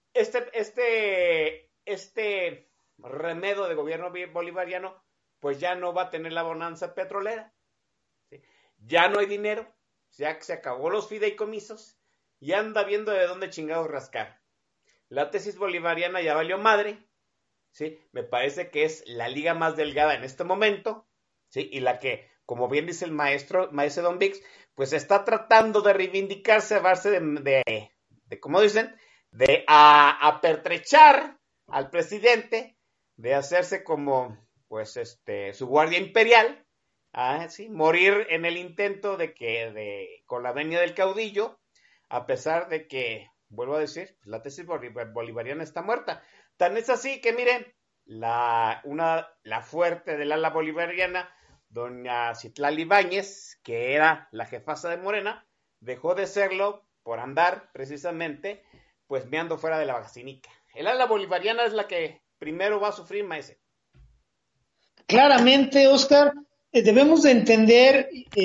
este remedio de gobierno bolivariano, pues ya no va a tener la bonanza petrolera. Ya no hay dinero, ya se acabó los fideicomisos y anda viendo de dónde chingados rascar. La tesis bolivariana ya valió madre, ¿sí? Me parece que es la liga más delgada en este momento, ¿sí? Y la que, como bien dice el maestro Don Vix, pues está tratando de reivindicarse a base de como dicen, de apertrechar al presidente, de hacerse como, pues, su guardia imperial. Sí, morir en el intento con la venia del caudillo, a pesar de que, vuelvo a decir, la tesis bolivariana está muerta. Tan es así que, miren, la fuerte del ala bolivariana, doña Citlali Báñez, que era la jefasa de Morena, dejó de serlo por andar, precisamente, pues meando fuera de la vacinica. El ala bolivariana es la que primero va a sufrir, maese. Claramente, Oscar, debemos de entender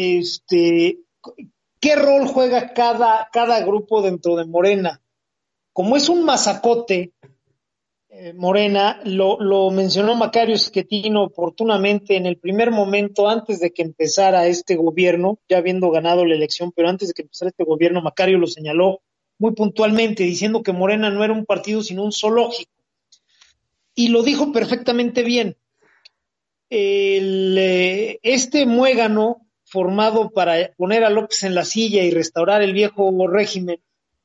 qué rol juega cada grupo dentro de Morena. Como es un mazacote, Morena, lo mencionó Macario Schettino oportunamente en el primer momento, antes de que empezara este gobierno, ya habiendo ganado la elección, pero antes de que empezara este gobierno, Macario lo señaló muy puntualmente, diciendo que Morena no era un partido, sino un zoológico. Y lo dijo perfectamente bien. Este muégano formado para poner a López en la silla y restaurar el viejo régimen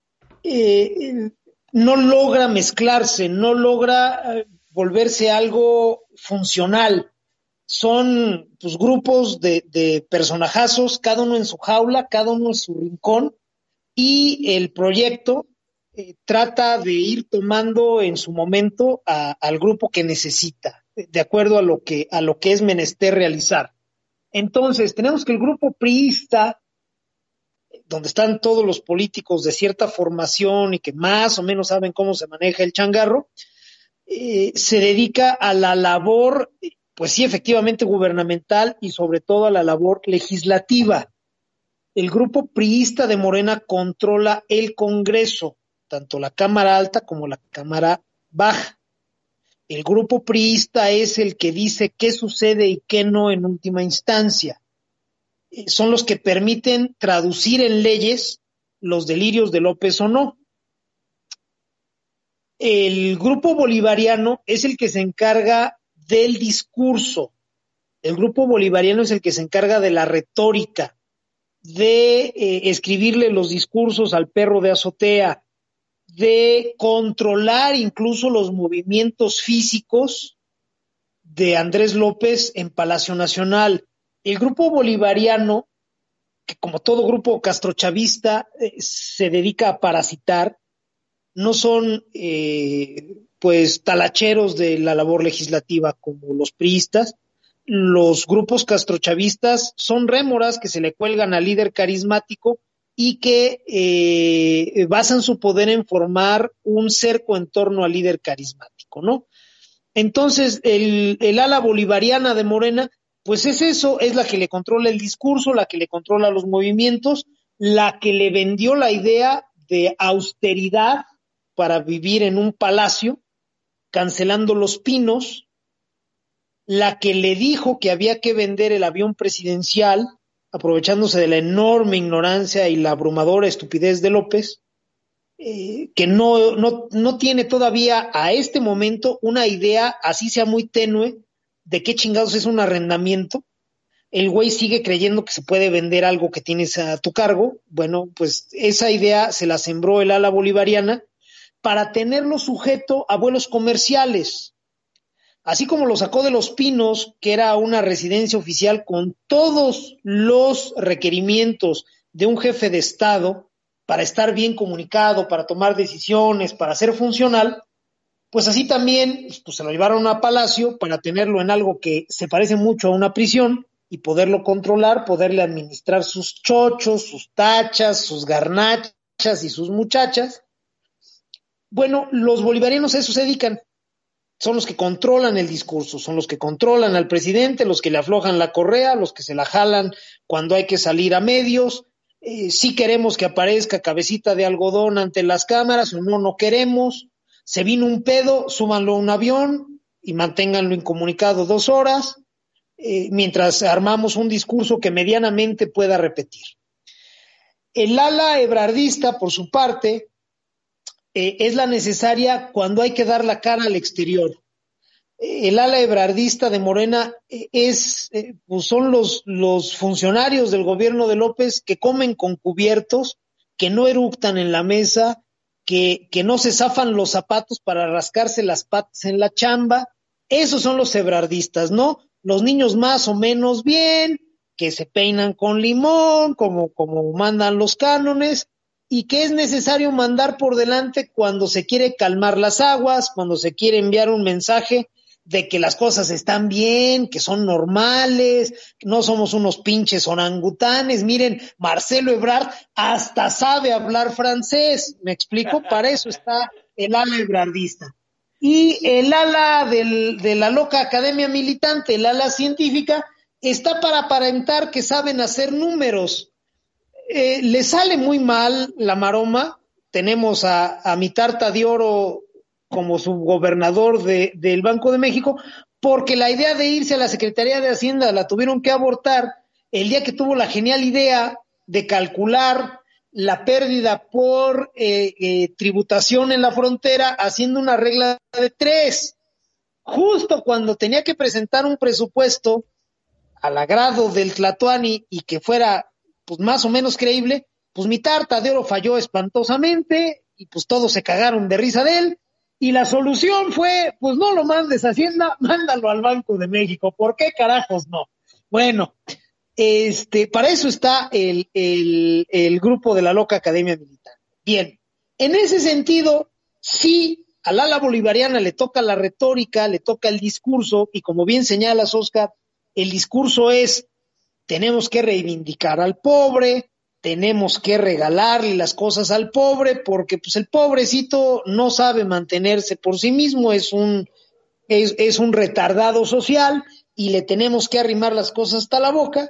no logra mezclarse, no logra volverse algo funcional. Son, pues, grupos de personajazos, cada uno en su jaula, cada uno en su rincón, y el proyecto trata de ir tomando en su momento al grupo que necesita, de acuerdo a lo que es menester realizar. Entonces, tenemos que el grupo priista, donde están todos los políticos de cierta formación y que más o menos saben cómo se maneja el changarro, se dedica a la labor, pues sí, efectivamente gubernamental, y sobre todo a la labor legislativa. el grupo priista de Morena controla el Congreso, tanto la Cámara Alta como la Cámara Baja. El grupo priista es el que dice qué sucede y qué no en última instancia. Son los que permiten traducir en leyes los delirios de López o no. El grupo bolivariano es el que se encarga del discurso. El grupo bolivariano es el que se encarga de la retórica, de escribirle los discursos al perro de azotea, de controlar incluso los movimientos físicos de Andrés López en Palacio Nacional. El grupo bolivariano, que como todo grupo castrochavista se dedica a parasitar, no son pues talacheros de la labor legislativa como los priistas. Los grupos castrochavistas son rémoras que se le cuelgan al líder carismático y que basan su poder en formar un cerco en torno al líder carismático, ¿no? Entonces, el ala bolivariana de Morena, pues es eso, es la que le controla el discurso, la que le controla los movimientos, la que le vendió la idea de austeridad para vivir en un palacio, cancelando los pinos, la que le dijo que había que vender el avión presidencial, aprovechándose de la enorme ignorancia y la abrumadora estupidez de López, que no tiene todavía a este momento una idea, así sea muy tenue, de qué chingados es un arrendamiento. El güey sigue creyendo que se puede vender algo que tienes a tu cargo. Bueno, pues esa idea se la sembró el ala bolivariana para tenerlo sujeto a vuelos comerciales. Así como lo sacó de Los Pinos, que era una residencia oficial con todos los requerimientos de un jefe de Estado para estar bien comunicado, para tomar decisiones, para ser funcional, pues así también pues se lo llevaron a Palacio para tenerlo en algo que se parece mucho a una prisión y poderlo controlar, poderle administrar sus chochos, sus tachas, sus garnachas y sus muchachas. Bueno, los bolivarianos a eso se dedican. Son los que controlan el discurso, son los que controlan al presidente, los que le aflojan la correa, los que se la jalan cuando hay que salir a medios. Sí queremos que aparezca cabecita de algodón ante las cámaras, o no queremos. Se vino un pedo, súbanlo a un avión y manténganlo incomunicado 2 horas, mientras armamos un discurso que medianamente pueda repetir. El ala ebrardista, por su parte, es la necesaria cuando hay que dar la cara al exterior. El ala ebrardista de Morena pues son los funcionarios del gobierno de López que comen con cubiertos, que no eructan en la mesa, que no se zafan los zapatos para rascarse las patas en la chamba. Esos son los ebrardistas, ¿no? Los niños más o menos bien, que se peinan con limón, como mandan los cánones, y que es necesario mandar por delante cuando se quiere calmar las aguas, cuando se quiere enviar un mensaje de que las cosas están bien, que son normales, que no somos unos pinches orangutanes. Miren, Marcelo Ebrard hasta sabe hablar francés, ¿me explico? Para eso está el ala ebrardista. Y el ala de la loca academia militante, el ala científica, está para aparentar que saben hacer números. Le sale muy mal la maroma. Tenemos a mi tarta de oro como subgobernador del Banco de México, porque la idea de irse a la Secretaría de Hacienda la tuvieron que abortar el día que tuvo la genial idea de calcular la pérdida por tributación en la frontera haciendo una regla de 3. Justo cuando tenía que presentar un presupuesto al agrado del Tlatoani y que fuera pues más o menos creíble, pues mi tarta de oro falló espantosamente y pues todos se cagaron de risa de él, y la solución fue, pues no lo mandes a Hacienda, mándalo al Banco de México. ¿Por qué carajos no? Bueno, para eso está el grupo de la loca academia militar. Bien, en ese sentido, sí, al ala bolivariana le toca la retórica, le toca el discurso, y como bien señalas, Oscar, el discurso es: tenemos que reivindicar al pobre, tenemos que regalarle las cosas al pobre, porque pues el pobrecito no sabe mantenerse por sí mismo, es un retardado social, y le tenemos que arrimar las cosas hasta la boca.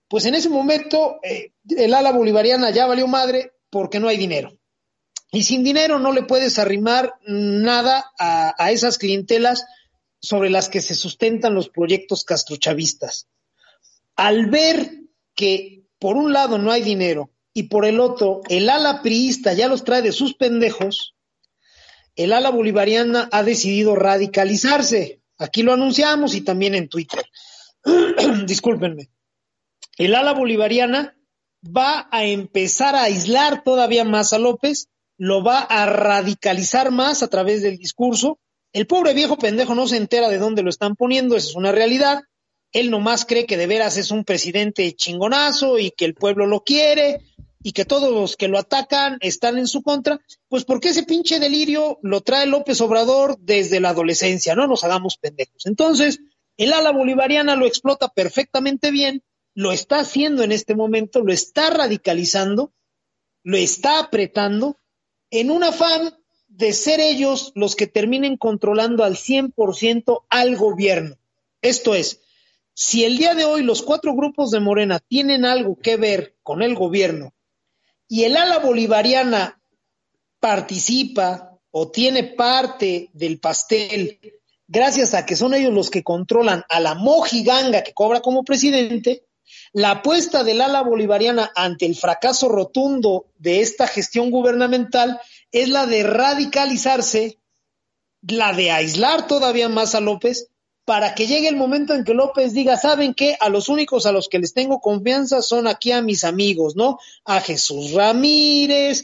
pues en ese momento el ala bolivariana ya valió madre porque no hay dinero. Y sin dinero no le puedes arrimar nada a esas clientelas sobre las que se sustentan los proyectos castrochavistas. Al ver que por un lado no hay dinero y por el otro el ala priista ya los trae de sus pendejos, el ala bolivariana ha decidido radicalizarse. Aquí lo anunciamos y también en Twitter. Discúlpenme. El ala bolivariana va a empezar a aislar todavía más a López, lo va a radicalizar más a través del discurso. El pobre viejo pendejo no se entera de dónde lo están poniendo, esa es una realidad. Él nomás cree que de veras es un presidente chingonazo y que el pueblo lo quiere y que todos los que lo atacan están en su contra, pues porque ese pinche delirio lo trae López Obrador desde la adolescencia, no nos hagamos pendejos. Entonces, el ala bolivariana lo explota perfectamente bien, lo está haciendo en este momento, lo está radicalizando, lo está apretando, en un afán de ser ellos los que terminen controlando al 100% al gobierno. Esto es, si el día de hoy los 4 grupos de Morena tienen algo que ver con el gobierno y el ala bolivariana participa o tiene parte del pastel gracias a que son ellos los que controlan a la mojiganga que cobra como presidente, la apuesta del ala bolivariana ante el fracaso rotundo de esta gestión gubernamental es la de radicalizarse, la de aislar todavía más a López, para que llegue el momento en que López diga, ¿saben qué? A los únicos a los que les tengo confianza son aquí a mis amigos, ¿no? A Jesús Ramírez,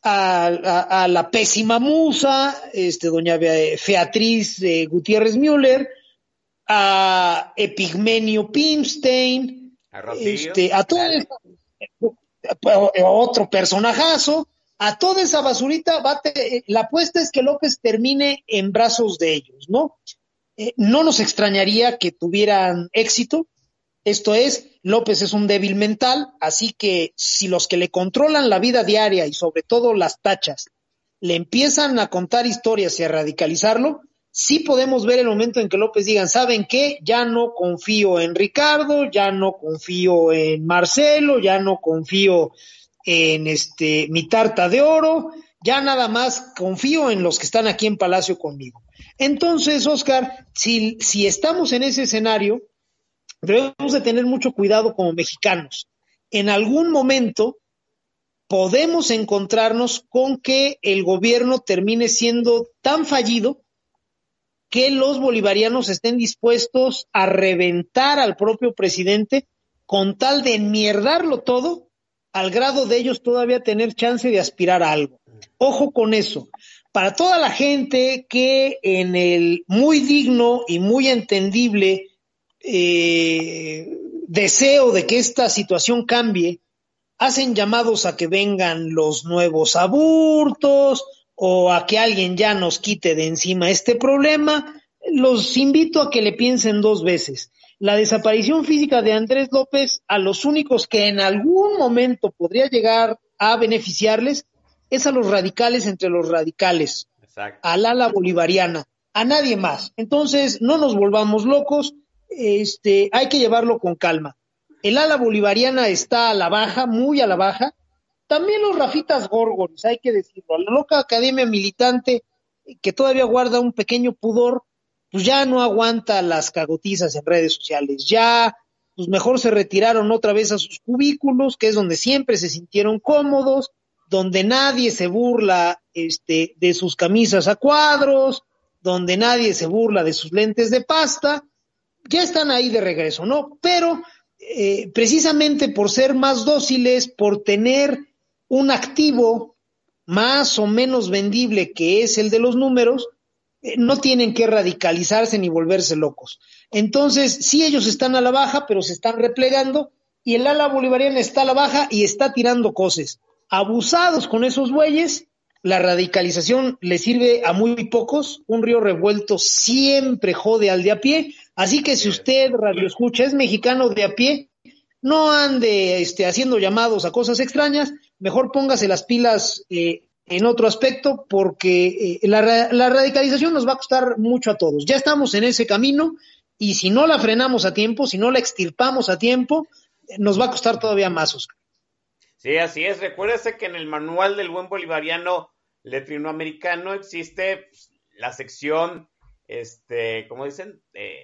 a la pésima musa, doña Beatriz Gutiérrez Müller, a Epigmenio Pimstein, a todo otro personajazo, a toda esa basurita, la apuesta es que López termine en brazos de ellos, ¿no? No nos extrañaría que tuvieran éxito. Esto es, López es un débil mental, así que si los que le controlan la vida diaria y sobre todo las tachas le empiezan a contar historias y a radicalizarlo, sí podemos ver el momento en que López digan, ¿saben qué? Ya no confío en Ricardo, ya no confío en Marcelo, ya no confío en mi tarta de oro, ya nada más confío en los que están aquí en Palacio conmigo. Entonces, Oscar, si estamos en ese escenario, debemos de tener mucho cuidado como mexicanos. En algún momento podemos encontrarnos con que el gobierno termine siendo tan fallido que los bolivarianos estén dispuestos a reventar al propio presidente con tal de enmierdarlo todo, al grado de ellos todavía tener chance de aspirar a algo. Ojo con eso. Para toda la gente que en el muy digno y muy entendible deseo de que esta situación cambie, hacen llamados a que vengan los nuevos abortos o a que alguien ya nos quite de encima este problema, los invito a que le piensen 2 veces. La desaparición física de Andrés López, a los únicos que en algún momento podría llegar a beneficiarles, es a los radicales entre los radicales, exacto, al ala bolivariana, a nadie más. Entonces, no nos volvamos locos, hay que llevarlo con calma. El ala bolivariana está a la baja, muy a la baja. También los Rafitas Górgoris, hay que decirlo. La loca academia militante, que todavía guarda un pequeño pudor, pues ya no aguanta las cagotizas en redes sociales. Ya, pues mejor se retiraron otra vez a sus cubículos, que es donde siempre se sintieron cómodos, donde nadie se burla de sus camisas a cuadros, donde nadie se burla de sus lentes de pasta. Ya están ahí de regreso, ¿no? Pero precisamente por ser más dóciles, por tener un activo más o menos vendible que es el de los números, no tienen que radicalizarse ni volverse locos. Entonces, sí, ellos están a la baja, pero se están replegando, y el ala bolivariana está a la baja y está tirando cosas. Abusados con esos bueyes, la radicalización le sirve a muy pocos, un río revuelto siempre jode al de a pie, así que si usted, radioescucha, es mexicano de a pie, no ande haciendo llamados a cosas extrañas, mejor póngase las pilas en otro aspecto, porque la radicalización nos va a costar mucho a todos. Ya estamos en ese camino, y si no la frenamos a tiempo, si no la extirpamos a tiempo, nos va a costar todavía más, Oscar. Sí, así es. Recuérdese que en el manual del buen bolivariano latinoamericano existe la sección, ¿cómo dicen?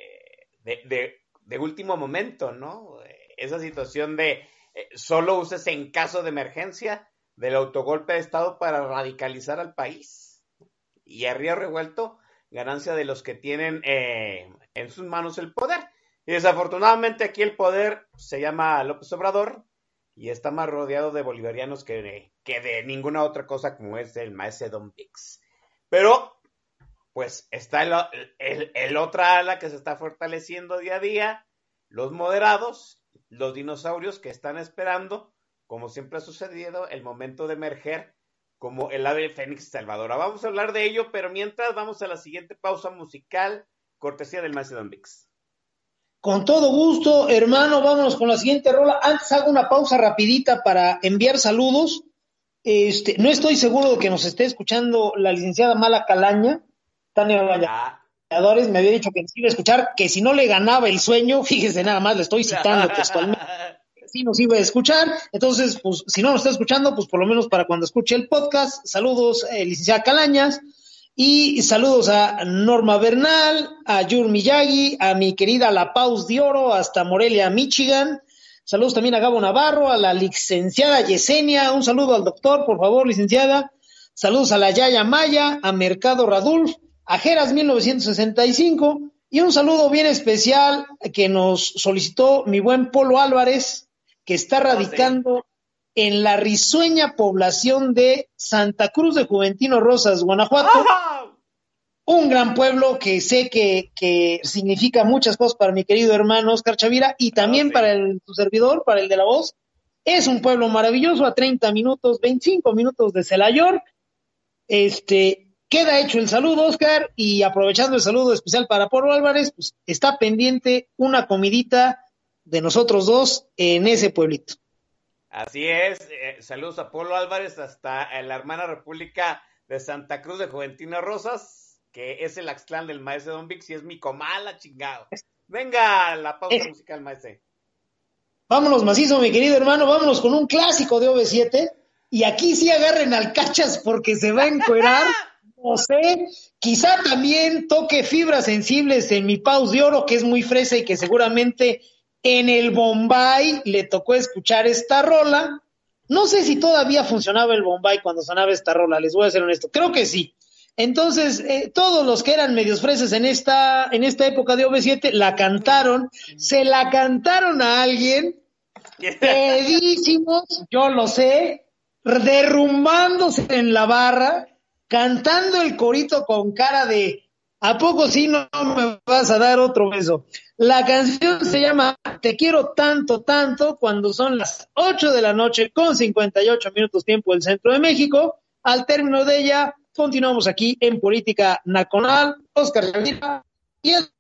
De último momento, ¿no? Esa situación de solo uses en caso de emergencia del autogolpe de Estado para radicalizar al país. Y a río revuelto, ganancia de los que tienen en sus manos el poder. Y desafortunadamente aquí el poder se llama López Obrador y está más rodeado de bolivarianos que de ninguna otra cosa, como es el maese Don Vix. Pero, pues, está el otra ala que se está fortaleciendo día a día, los moderados, los dinosaurios que están esperando, como siempre ha sucedido, el momento de emerger como el ave fénix salvadora. Vamos a hablar de ello, pero mientras vamos a la siguiente pausa musical, cortesía del maese Don Vix. Con todo gusto, hermano, vámonos con la siguiente rola. Antes hago una pausa rapidita para enviar saludos. No estoy seguro de que nos esté escuchando la licenciada Mala Calaña, Tania Valladores, me había dicho que nos iba a escuchar, que si no le ganaba el sueño, fíjese nada más, le estoy citando textualmente, sí nos iba a escuchar. Entonces, pues, si no nos está escuchando, pues por lo menos para cuando escuche el podcast, saludos, licenciada Calañas. Y saludos a Norma Bernal, a Yur Miyagi, a mi querida La Paus de Oro, hasta Morelia, Michigan. Saludos también a Gabo Navarro, a la licenciada Yesenia. Un saludo al doctor, por favor, licenciada. Saludos a la Yaya Maya, a Mercado Radulf, a Geras 1965. Y un saludo bien especial que nos solicitó mi buen Polo Álvarez, que está radicando en la risueña población de Santa Cruz de Juventino Rosas, Guanajuato. ¡Ajá! Un gran pueblo que sé que significa muchas cosas para mi querido hermano Oscar Chavira y también para su servidor, para el de la voz. Es un pueblo maravilloso a 25 minutos de Celayork. Queda hecho el saludo, Oscar, y aprovechando el saludo especial para Polo Álvarez, pues está pendiente una comidita de nosotros dos en ese pueblito. Así es, saludos a Polo Álvarez hasta la hermana república de Santa Cruz de Juventino Rosas, que es el Axtlán del maese Don Vix y es mi comala, chingado. Venga, la pausa musical, maese. Vámonos macizo, mi querido hermano, vámonos con un clásico de OV7, y aquí sí agarren al Cachas porque se va a encuerar, no sé, quizá también toque fibras sensibles en mi Paus de Oro, que es muy fresa y que seguramente en el Bombay le tocó escuchar esta rola. No sé si todavía funcionaba el Bombay cuando sonaba esta rola, les voy a ser honesto. Creo que sí. Entonces, todos los que eran medios fresas en esta época de OV7 la cantaron, se la cantaron a alguien, pedísimos, yo lo sé, derrumbándose en la barra, cantando el corito con cara de ¿a poco sí no me vas a dar otro beso? La canción se llama Te quiero tanto, tanto, cuando son las 8 de la noche con 58 minutos tiempo del Centro de México. Al término de ella, continuamos aquí en Política Nacional. Oscar Chavira y el...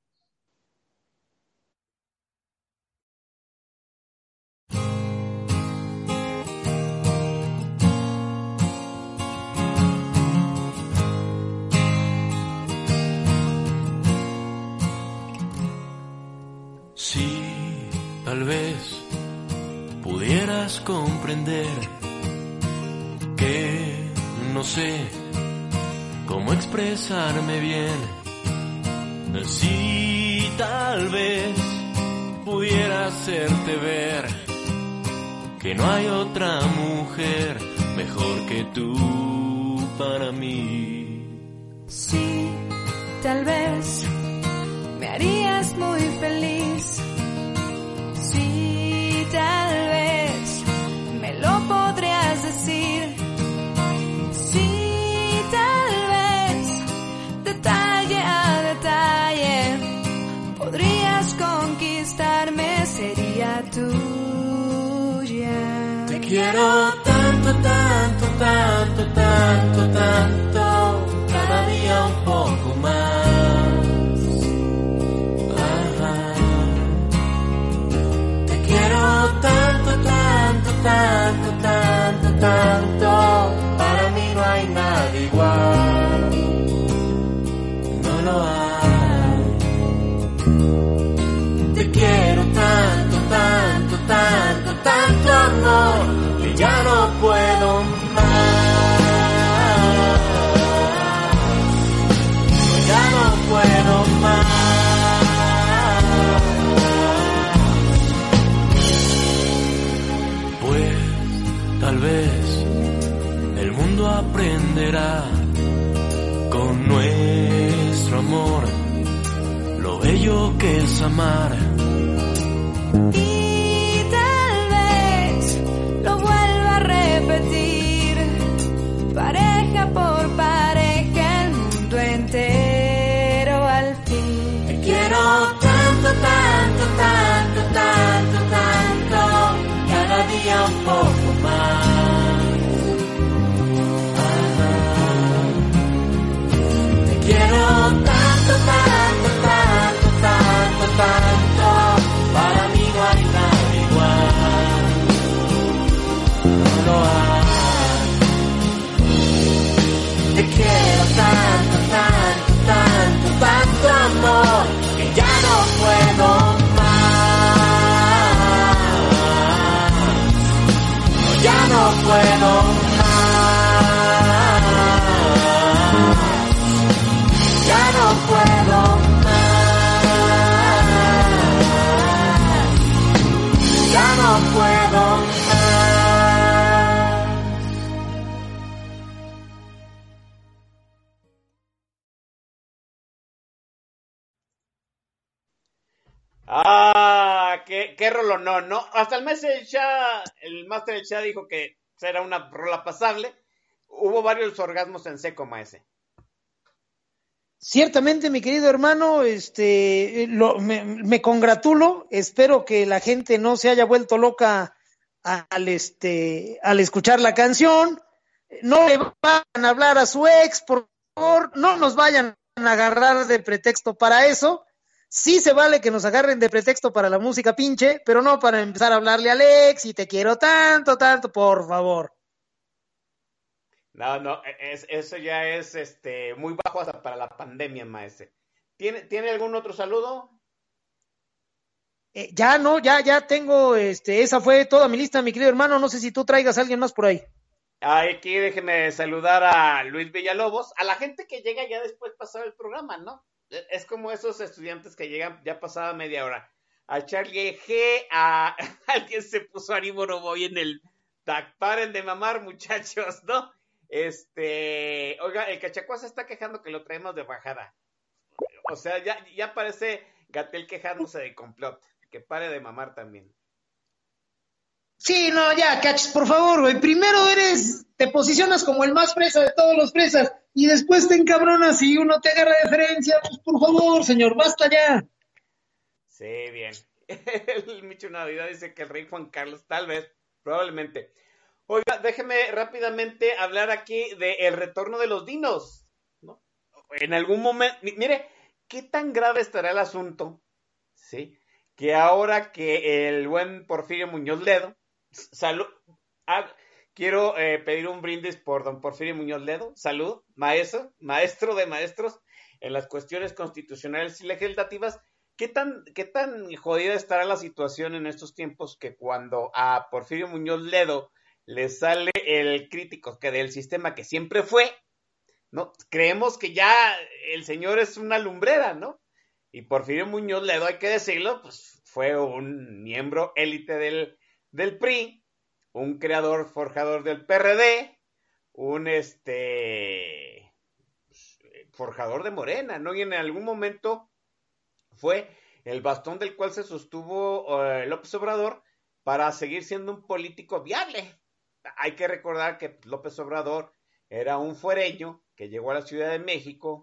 Si tal vez pudieras comprender que no sé cómo expresarme bien, si tal vez pudiera hacerte ver que no hay otra mujer mejor que tú para mí. Sí, tal vez me harías muy feliz. Sí, tal vez me lo podrías decir. Sí, tal vez detalle a detalle podrías conquistarme, sería tuya. Te quiero tanto, tanto, tanto, tanto, tanto, cada día un poco más. Tanto, tanto, tanto, para mí no hay nada igual, no lo hay. Te quiero tanto, tanto, tanto, mundo aprenderá con nuestro amor lo bello que es amar. Y tal vez lo vuelva a repetir, pareja por pareja, el mundo entero al fin. Te quiero tanto, tanto, tanto, tanto, tanto, cada día un poco más. Te quiero tanto, tanto, tanto, tanto, tanto, para mí no hay nada igual. No lo hay. Te quiero tanto, tanto, tanto, tanto amor, que ya no puedo más. No, ya no puedo más. Ya no puedo más. Ya no puedo más. Ah, qué rolón, no. Hasta el Máster del Cha dijo que era una rola pasable. Hubo varios orgasmos en seco, maese. Ciertamente, mi querido hermano, me congratulo. Espero que la gente no se haya vuelto loca al escuchar la canción. No le vayan a hablar a su ex, por favor. No nos vayan a agarrar de pretexto para eso. Sí se vale que nos agarren de pretexto para la música pinche, pero no para empezar a hablarle al ex y te quiero tanto, tanto, por favor. No, eso ya es muy bajo hasta para la pandemia, maese. ¿Tiene algún otro saludo? Ya tengo, esa fue toda mi lista, mi querido hermano. No sé si tú traigas a alguien más por ahí. Aquí déjeme saludar a Luis Villalobos, a la gente que llega ya después pasado el programa, ¿no? Es como esos estudiantes que llegan ya pasada media hora. A Charlie G, a alguien se puso ánimo Roboy en el tag. Paren de mamar, muchachos, ¿no? Oiga, el Cachacuá se está quejando que lo traemos de bajada. O sea, ya parece Gatell quejándose de complot. Que pare de mamar también. Sí, no, ya, Cachis, por favor, güey. Primero te posicionas como el más fresa de todos los fresas y después te encabronas y uno te agarra de referencia. Pues por favor, señor, basta ya. Sí, bien. El Micho Navidad dice que el rey Juan Carlos, tal vez, probablemente. Oiga, déjeme rápidamente hablar aquí del retorno de los dinos, ¿no? En algún momento, mire, ¿qué tan grave estará el asunto? ¿Sí? Que ahora que el buen Porfirio Muñoz Ledo, quiero pedir un brindis por don Porfirio Muñoz Ledo, salud, maestro de maestros en las cuestiones constitucionales y legislativas. ¿Qué tan jodida estará la situación en estos tiempos que cuando a Porfirio Muñoz Ledo le sale el crítico que del sistema que siempre fue, ¿no? Creemos que ya el señor es una lumbrera, ¿no? Y Porfirio Muñoz Ledo, hay que decirlo, pues fue un miembro élite del PRI, un creador, forjador del PRD, un forjador de Morena, ¿no? Y en algún momento fue el bastón del cual se sostuvo López Obrador para seguir siendo un político viable. Hay que recordar que López Obrador era un fuereño que llegó a la Ciudad de México,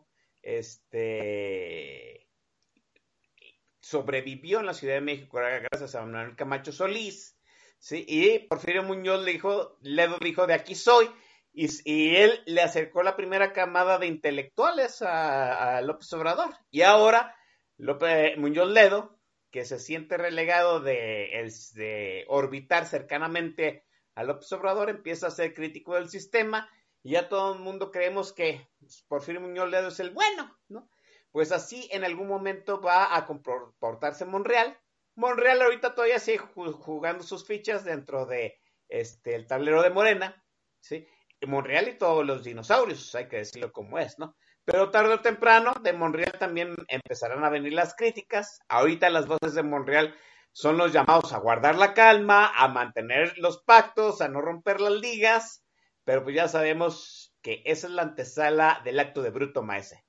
sobrevivió en la Ciudad de México gracias a Manuel Camacho Solís, ¿sí? Y Porfirio Muñoz Ledo dijo, de aquí soy, y él le acercó la primera camada de intelectuales a López Obrador. Y ahora Muñoz Ledo, que se siente relegado de orbitar cercanamente a López Obrador, empieza a ser crítico del sistema, y ya todo el mundo creemos que Porfirio Muñoz Ledo es el bueno, ¿no? Pues así en algún momento va a comportarse Monreal. Monreal ahorita todavía sigue jugando sus fichas dentro de el tablero de Morena, ¿sí? Monreal y todos los dinosaurios, hay que decirlo como es, ¿no? Pero tarde o temprano de Monreal también empezarán a venir las críticas. Ahorita las voces de Monreal son los llamados a guardar la calma, a mantener los pactos, a no romper las ligas, pero pues ya sabemos que esa es la antesala del acto de bruto, maese.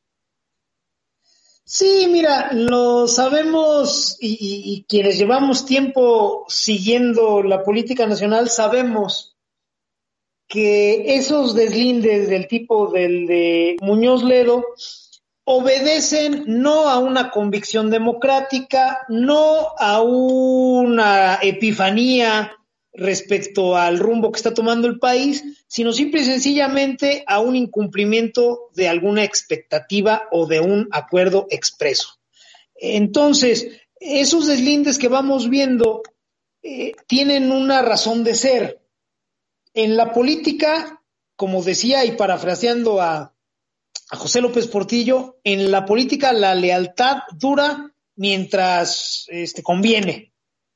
Sí, mira, lo sabemos y quienes llevamos tiempo siguiendo la política nacional sabemos que esos deslindes del tipo del de Muñoz Ledo obedecen no a una convicción democrática, no a una epifanía respecto al rumbo que está tomando el país, sino simple y sencillamente a un incumplimiento de alguna expectativa o de un acuerdo expreso. Entonces, esos deslindes que vamos viendo tienen una razón de ser. En la política, como decía y parafraseando a José López Portillo, en la política la lealtad dura mientras conviene.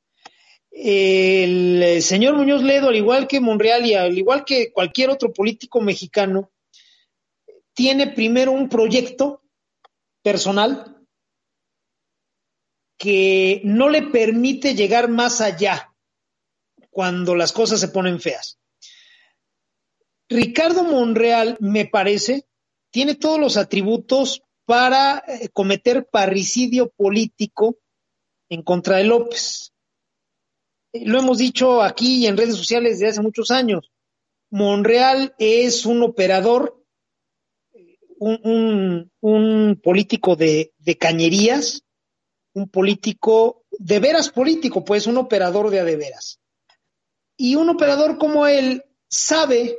El señor Muñoz Ledo, al igual que Monreal y al igual que cualquier otro político mexicano, tiene primero un proyecto personal que no le permite llegar más allá cuando las cosas se ponen feas. Ricardo Monreal, me parece, tiene todos los atributos para cometer parricidio político en contra de López. Lo hemos dicho aquí y en redes sociales desde hace muchos años. Monreal es un operador, un político de cañerías, un político de veras político, pues un operador de a de veras. Y un operador como él sabe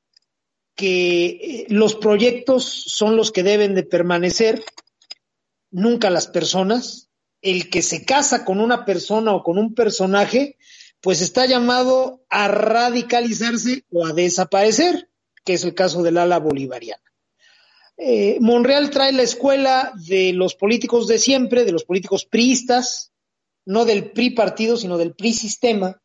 que los proyectos son los que deben de permanecer, nunca las personas. El que se casa con una persona o con un personaje, pues está llamado a radicalizarse o a desaparecer, que es el caso del ala bolivariana. Monreal trae la escuela de los políticos de siempre, de los políticos priistas, no del PRI partido, sino del PRI sistema,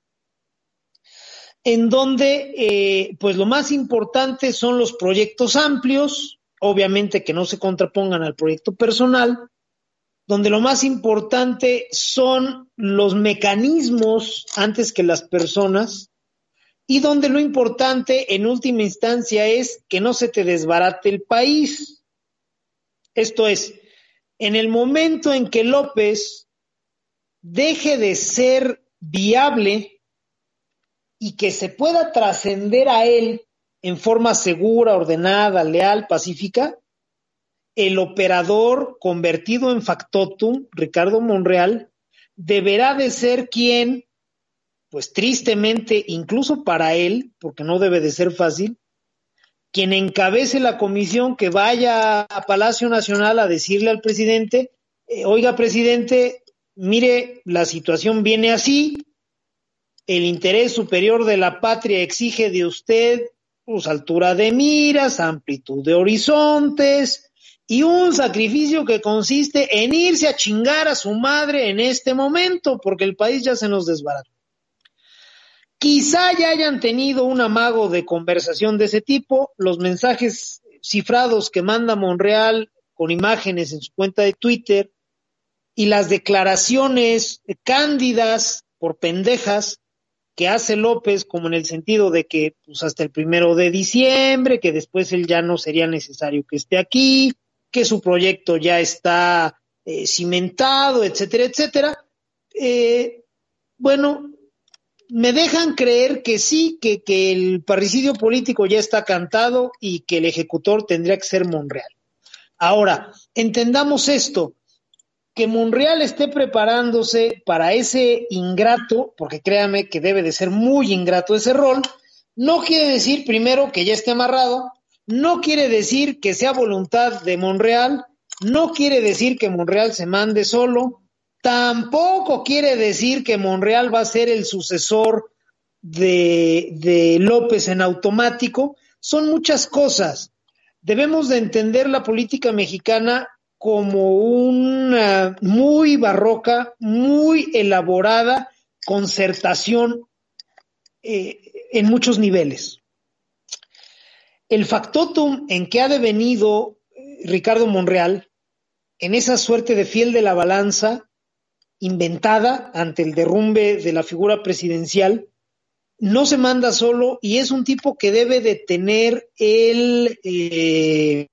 en donde pues lo más importante son los proyectos amplios, obviamente que no se contrapongan al proyecto personal, donde lo más importante son los mecanismos antes que las personas, y donde lo importante en última instancia es que no se te desbarate el país. Esto es, en el momento en que López deje de ser viable y que se pueda trascender a él en forma segura, ordenada, leal, pacífica, el operador convertido en factotum, Ricardo Monreal, deberá de ser quien, pues tristemente, incluso para él, porque no debe de ser fácil, quien encabece la comisión que vaya a Palacio Nacional a decirle al presidente, oiga, presidente, mire, la situación viene así, el interés superior de la patria exige de usted, pues, altura de miras, amplitud de horizontes, y un sacrificio que consiste en irse a chingar a su madre en este momento, porque el país ya se nos desbarató. Quizá ya hayan tenido un amago de conversación de ese tipo, los mensajes cifrados que manda Monreal con imágenes en su cuenta de Twitter y las declaraciones cándidas por pendejas que hace López, como en el sentido de que pues hasta el 1 de diciembre, que después él ya no sería necesario que esté aquí, que su proyecto ya está cimentado, etcétera, etcétera. Bueno, me dejan creer que sí, que el parricidio político ya está cantado y que el ejecutor tendría que ser Monreal. Ahora, entendamos esto, que Monreal esté preparándose para ese ingrato, porque créame que debe de ser muy ingrato ese rol, no quiere decir primero que ya esté amarrado, no quiere decir que sea voluntad de Monreal, no quiere decir que Monreal se mande solo, tampoco quiere decir que Monreal va a ser el sucesor de López en automático. Son muchas cosas. Debemos de entender la política mexicana como una muy barroca, muy elaborada concertación en muchos niveles. El factotum en que ha devenido Ricardo Monreal, en esa suerte de fiel de la balanza inventada ante el derrumbe de la figura presidencial, no se manda solo y es un tipo que debe de tener el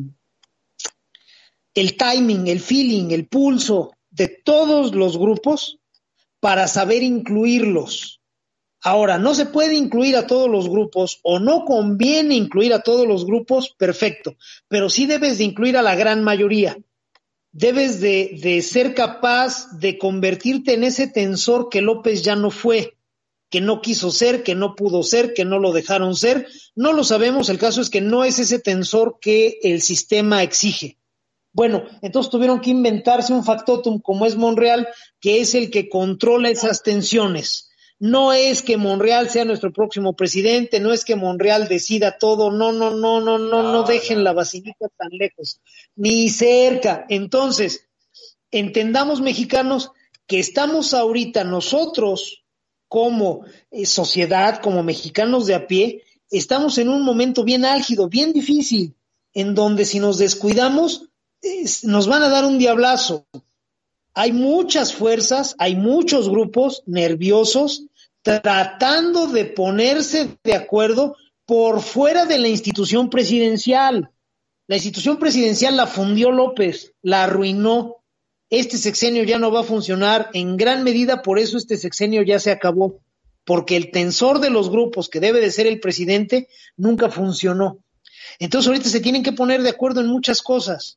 timing, el feeling, el pulso de todos los grupos para saber incluirlos. Ahora, no se puede incluir a todos los grupos o no conviene incluir a todos los grupos, perfecto, pero sí debes de incluir a la gran mayoría. Debes de ser capaz de convertirte en ese tensor que López ya no fue, que no quiso ser, que no pudo ser, que no lo dejaron ser. No lo sabemos, el caso es que no es ese tensor que el sistema exige. Bueno, entonces tuvieron que inventarse un factotum como es Monreal, que es el que controla esas tensiones. No es que Monreal sea nuestro próximo presidente, no es que Monreal decida todo, no dejen la vacinita tan lejos, ni cerca. Entonces, entendamos, mexicanos, que estamos ahorita nosotros como sociedad, como mexicanos de a pie, estamos en un momento bien álgido, bien difícil, en donde si nos descuidamos, nos van a dar un diablazo. Hay muchas fuerzas, hay muchos grupos nerviosos tratando de ponerse de acuerdo por fuera de la institución presidencial. La institución presidencial la fundió López, la arruinó. Este sexenio ya no va a funcionar, en gran medida por eso este sexenio ya se acabó, porque el tensor de los grupos que debe de ser el presidente nunca funcionó. Entonces ahorita se tienen que poner de acuerdo en muchas cosas.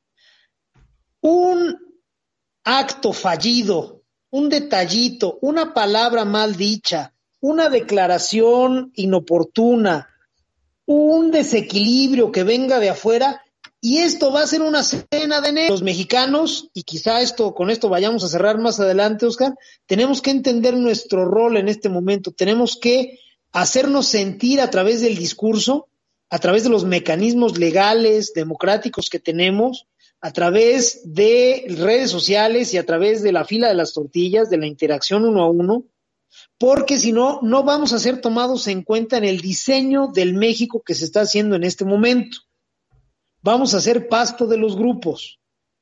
Un acto fallido, un detallito, una palabra mal dicha, una declaración inoportuna, un desequilibrio que venga de afuera, y esto va a ser una cena de negros. Los mexicanos, y quizá con esto vayamos a cerrar más adelante, Oscar, tenemos que entender nuestro rol en este momento, tenemos que hacernos sentir a través del discurso, a través de los mecanismos legales, democráticos que tenemos, a través de redes sociales y a través de la fila de las tortillas, de la interacción uno a uno, porque si no, no vamos a ser tomados en cuenta en el diseño del México que se está haciendo en este momento. Vamos a ser pasto de los grupos.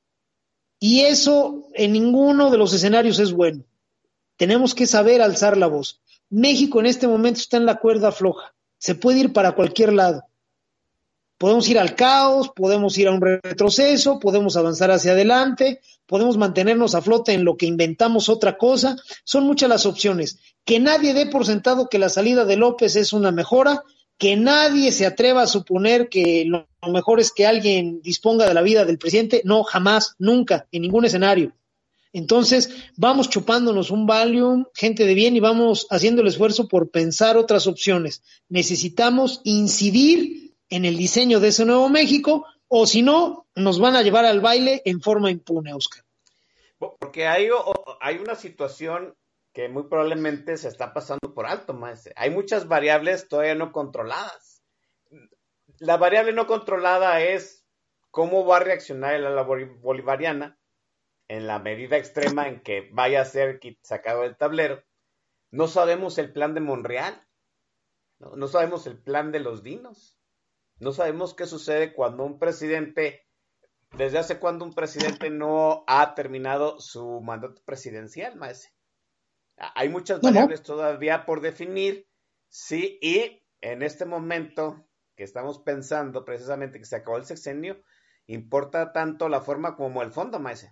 Y eso en ninguno de los escenarios es bueno. Tenemos que saber alzar la voz. México en este momento está en la cuerda floja. Se puede ir para cualquier lado. Podemos ir al caos, podemos ir a un retroceso, podemos avanzar hacia adelante, podemos mantenernos a flote en lo que inventamos otra cosa. Son muchas las opciones. Que nadie dé por sentado que la salida de López es una mejora, que nadie se atreva a suponer que lo mejor es que alguien disponga de la vida del presidente. No, jamás, nunca, en ningún escenario. Entonces, vamos chupándonos un Valium, gente de bien, y vamos haciendo el esfuerzo por pensar otras opciones. Necesitamos incidir en el diseño de ese nuevo México, o si no, nos van a llevar al baile en forma impune, Oscar. Porque hay una situación que muy probablemente se está pasando por alto, maestro. Hay muchas variables todavía no controladas. La variable no controlada es cómo va a reaccionar el ala bolivariana en la medida extrema en que vaya a ser sacado del tablero. No sabemos el plan de Monreal, no sabemos el plan de los dinos. No sabemos qué sucede cuando un presidente, desde hace cuándo un presidente no ha terminado su mandato presidencial, maese. Hay muchas variables todavía por definir, sí, y en este momento que estamos pensando precisamente que se acabó el sexenio, importa tanto la forma como el fondo, maese.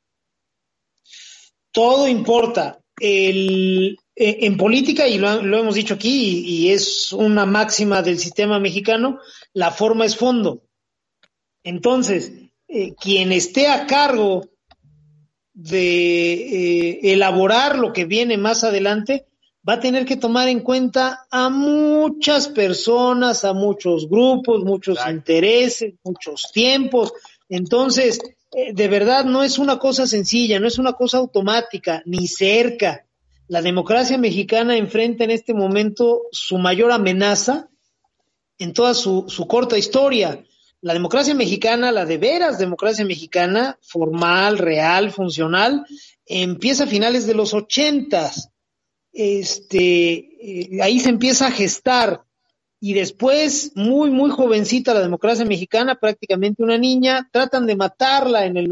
Todo importa. En política, y lo hemos dicho aquí, y es una máxima del sistema mexicano, la forma es fondo. Entonces, quien esté a cargo de elaborar lo que viene más adelante, va a tener que tomar en cuenta a muchas personas, a muchos grupos, muchos intereses, muchos tiempos. Entonces, de verdad, no es una cosa sencilla, no es una cosa automática, ni cerca. La democracia mexicana enfrenta en este momento su mayor amenaza en toda su corta historia. La democracia mexicana, la de veras democracia mexicana, formal, real, funcional, empieza a finales de los 80s. Ahí se empieza a gestar. Y después, muy, muy jovencita la democracia mexicana, prácticamente una niña, tratan de matarla en el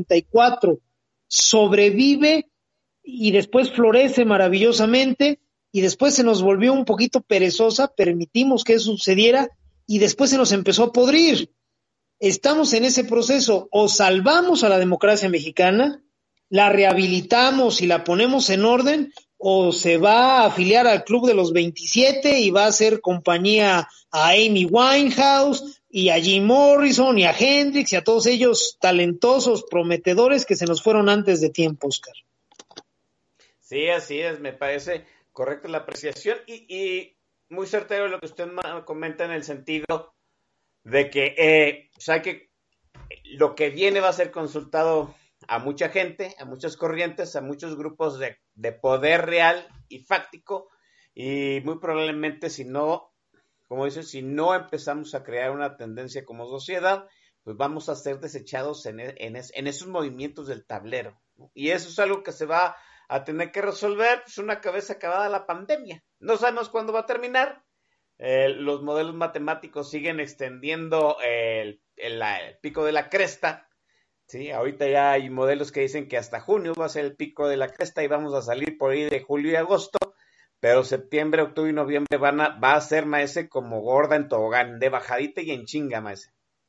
93-94. Sobrevive y después florece maravillosamente y después se nos volvió un poquito perezosa, permitimos que eso sucediera y después se nos empezó a podrir. Estamos en ese proceso, o salvamos a la democracia mexicana, la rehabilitamos y la ponemos en orden, o se va a afiliar al Club de los 27 y va a hacer compañía a Amy Winehouse y a Jim Morrison y a Hendrix y a todos ellos talentosos, prometedores que se nos fueron antes de tiempo, Oscar. Sí, así es, me parece correcta la apreciación y muy certero lo que usted comenta en el sentido de que, lo que viene va a ser consultado a mucha gente, a muchas corrientes, a muchos grupos de poder real y fáctico, y muy probablemente si no empezamos a crear una tendencia como sociedad, pues vamos a ser desechados en esos movimientos del tablero, ¿no? Y eso es algo que se va a tener que resolver, pues una cabeza acabada la pandemia. No sabemos cuándo va a terminar. Los modelos matemáticos siguen extendiendo el pico de la cresta. Sí, ahorita ya hay modelos que dicen que hasta junio va a ser el pico de la cresta y vamos a salir por ahí de julio y agosto, pero septiembre, octubre y noviembre va a ser, maese, como gorda en tobogán, de bajadita y en chinga, maese.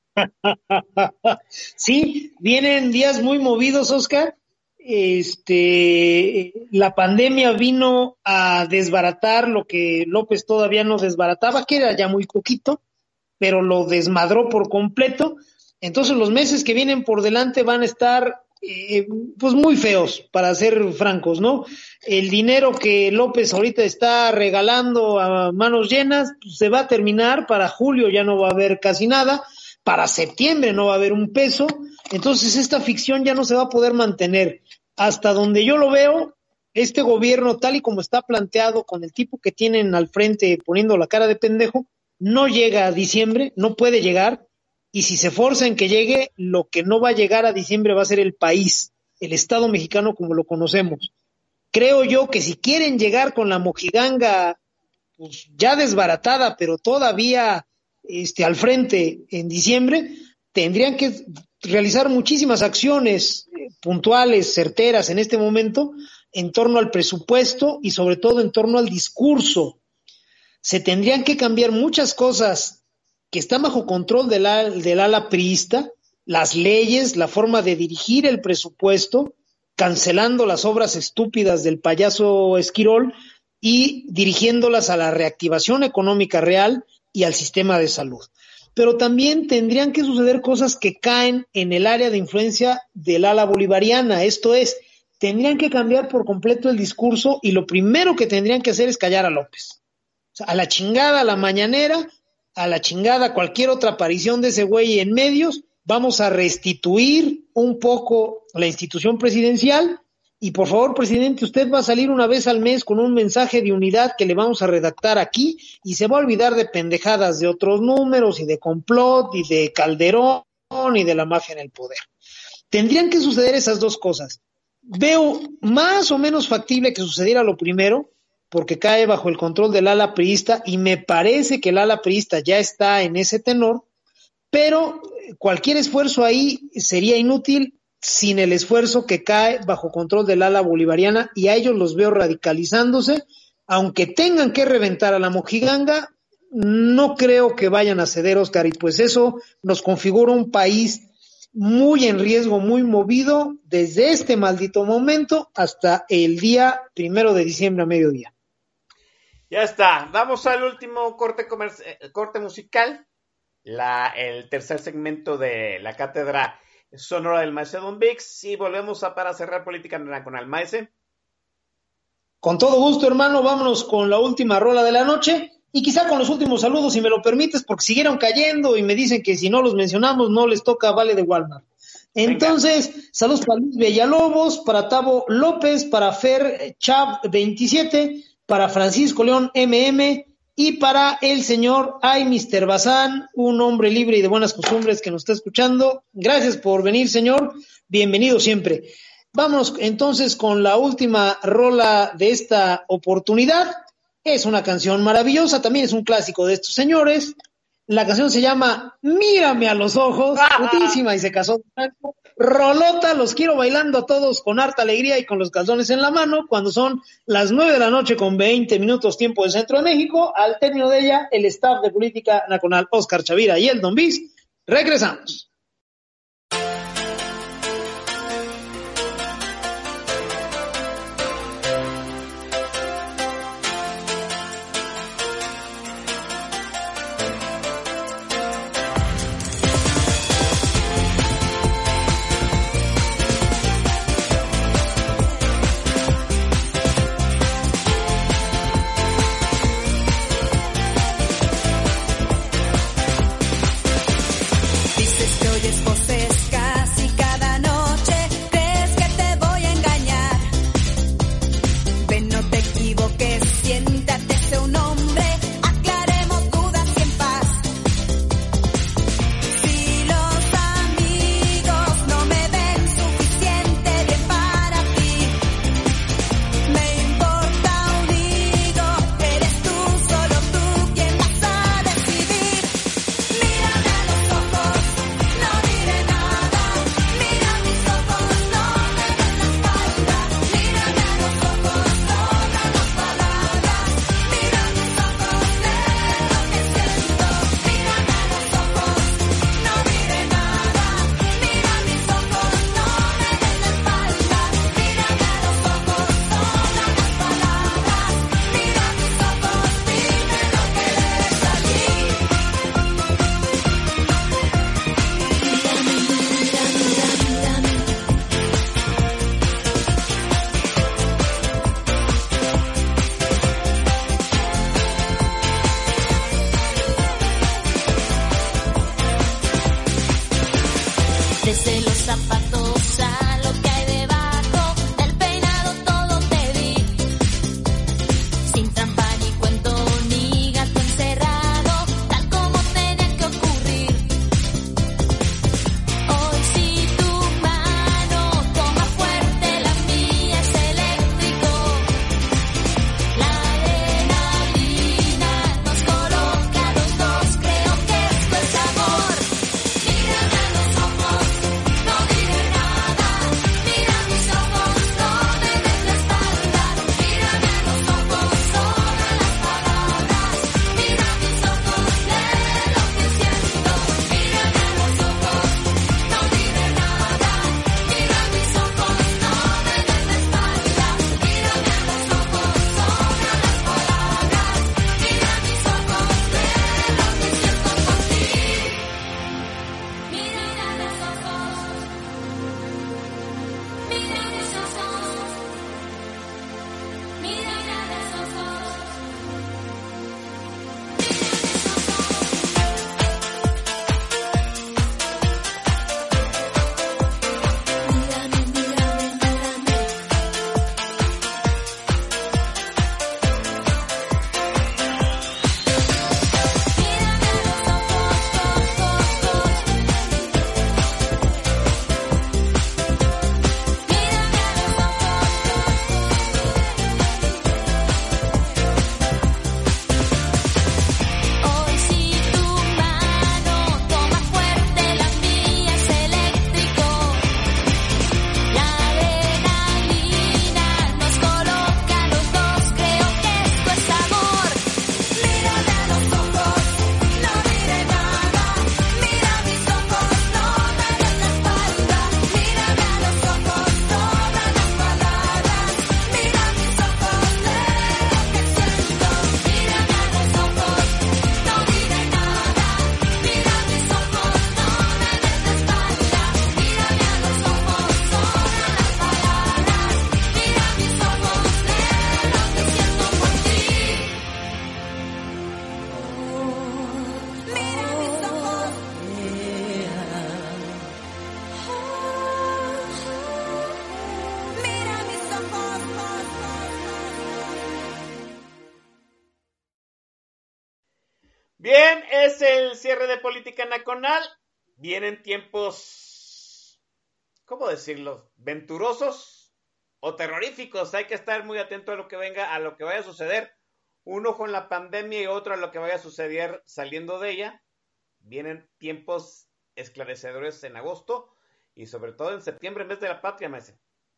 Sí, vienen días muy movidos, Oscar. La pandemia vino a desbaratar lo que López todavía no desbarataba, que era ya muy poquito, pero lo desmadró por completo. Entonces los meses que vienen por delante van a estar pues muy feos, para ser francos, ¿no? El dinero que López ahorita está regalando a manos llenas, pues, se va a terminar. Para julio ya no va a haber casi nada, para septiembre no va a haber un peso. Entonces esta ficción ya no se va a poder mantener. Hasta donde yo lo veo, este gobierno, tal y como está planteado, con el tipo que tienen al frente poniendo la cara de pendejo, no llega a diciembre, no puede llegar, y si se forza en que llegue, lo que no va a llegar a diciembre va a ser el país, el Estado mexicano como lo conocemos. Creo yo que si quieren llegar con la mojiganga pues, ya desbaratada, pero todavía al frente en diciembre, tendrían que realizar muchísimas acciones puntuales, certeras en este momento, en torno al presupuesto y sobre todo en torno al discurso. Se tendrían que cambiar muchas cosas que están bajo control del ala priista, las leyes, la forma de dirigir el presupuesto, cancelando las obras estúpidas del payaso Esquirol y dirigiéndolas a la reactivación económica real y al sistema de salud. Pero también tendrían que suceder cosas que caen en el área de influencia del ala bolivariana, esto es, tendrían que cambiar por completo el discurso y lo primero que tendrían que hacer es callar a López. O sea, a la chingada la mañanera, a la chingada cualquier otra aparición de ese güey en medios, vamos a restituir un poco la institución presidencial y por favor, presidente, usted va a salir una vez al mes con un mensaje de unidad que le vamos a redactar aquí y se va a olvidar de pendejadas de otros números y de complot y de Calderón y de la mafia en el poder. Tendrían que suceder esas dos cosas. Veo más o menos factible que sucediera lo primero, porque cae bajo el control del ala priista y me parece que el ala priista ya está en ese tenor, pero cualquier esfuerzo ahí sería inútil sin el esfuerzo que cae bajo control del ala bolivariana y a ellos los veo radicalizándose, aunque tengan que reventar a la mojiganga, no creo que vayan a ceder, Oscar, y pues eso nos configura un país muy en riesgo, muy movido desde este maldito momento hasta el día 1 de diciembre a mediodía. Ya está, vamos al último corte musical, el tercer segmento de la cátedra sonora del maestro Don Vix, y volvemos para cerrar Política Nacional. Maese. Con todo gusto, hermano, vámonos con la última rola de la noche y quizá con los últimos saludos, si me lo permites, porque siguieron cayendo y me dicen que si no los mencionamos no les toca Vale de Walmart. Entonces, venga. Saludos para Luis Villalobos, para Tavo López, para Fer Chav 27, para Francisco León MM y para el señor Mr. Bazán, un hombre libre y de buenas costumbres que nos está escuchando. Gracias por venir, señor. Bienvenido siempre. Vámonos entonces con la última rola de esta oportunidad. Es una canción maravillosa, también es un clásico de estos señores. La canción se llama Mírame a los ojos, putísima, y se casó rolota, los quiero bailando a todos con harta alegría y con los calzones en la mano, cuando son las 9 p.m. con 20 minutos tiempo del Centro de México. Al término de ella, el staff de Política Nacional, Oscar Chavira y el Don Bis, regresamos. Desde los zapatos a lo que hay debajo del peinado todo te di, sin trampa ni cuento ni gato encerrado, tal como tenía que ocurrir. Hoy si tu mano toma fuerte, la mía es eléctrico. La adrenalina nos coloca a los dos, creo que esto es amor. Mírame a los ojos, no diré nada. Mira mis ojos, no me des la espalda. Mírame a los ojos, sobran las palabras. Mira mis ojos, lee lo que siento. Mírame a los ojos, no diré nada. Mira mis ojos, no me des la espalda. Mírame a los ojos, sobran las palabras. Mira mis ojos, lee lo que siento por ti. Mira a los ojos, mira mis ojos, mira a los ojos, mírame, mírame, mírame. Hoy si tu mano toma fuerte, la mía es eléctrico. La adrenalina nos coloca a los dos, creo que esto es amor. Mírame a los ojos, no diré nada. Mira mis ojos, no me des la espalda. Mírame a los ojos, sobran las palabras. Mira mis ojos, lee lo que siento. Mírame a los ojos, no diré nada. Mira mis ojos, no me des la espalda. Mírame a los ojos, sobran las palabras. Mira mis ojos, lee lo que siento por ti. Mira mis ojos. Mira mis ojos. Bien, es el cierre de Política Nacional. Vienen tiempos, ¿cómo decirlo? Venturosos o terroríficos. Hay que estar muy atento a lo que venga, a lo que vaya a suceder. Un ojo en la pandemia y otro a lo que vaya a suceder saliendo de ella. Vienen tiempos esclarecedores en agosto Y sobre todo en septiembre, mes de la patria, maese.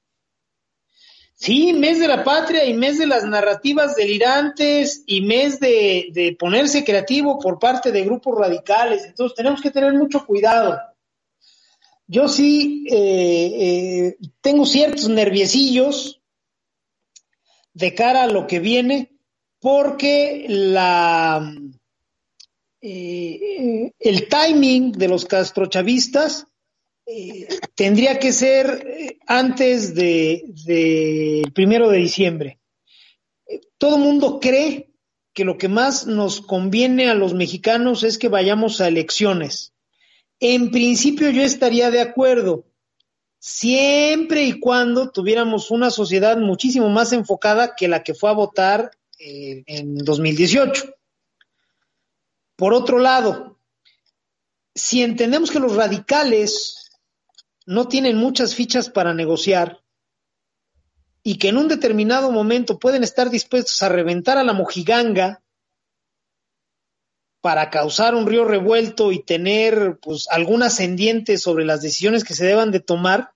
Sí, mes de la patria y mes de las narrativas delirantes y mes de ponerse creativo por parte de grupos radicales. Entonces tenemos que tener mucho cuidado. Yo sí tengo ciertos nerviecillos de cara a lo que viene, porque el timing de los castrochavistas tendría que ser antes del 1 de diciembre. Todo el mundo cree que lo que más nos conviene a los mexicanos es que vayamos a elecciones. En principio yo estaría de acuerdo, siempre y cuando tuviéramos una sociedad muchísimo más enfocada que la que fue a votar en 2018. Por otro lado, si entendemos que los radicales no tienen muchas fichas para negociar y que en un determinado momento pueden estar dispuestos a reventar a la mojiganga para causar un río revuelto y tener pues algún ascendiente sobre las decisiones que se deban de tomar,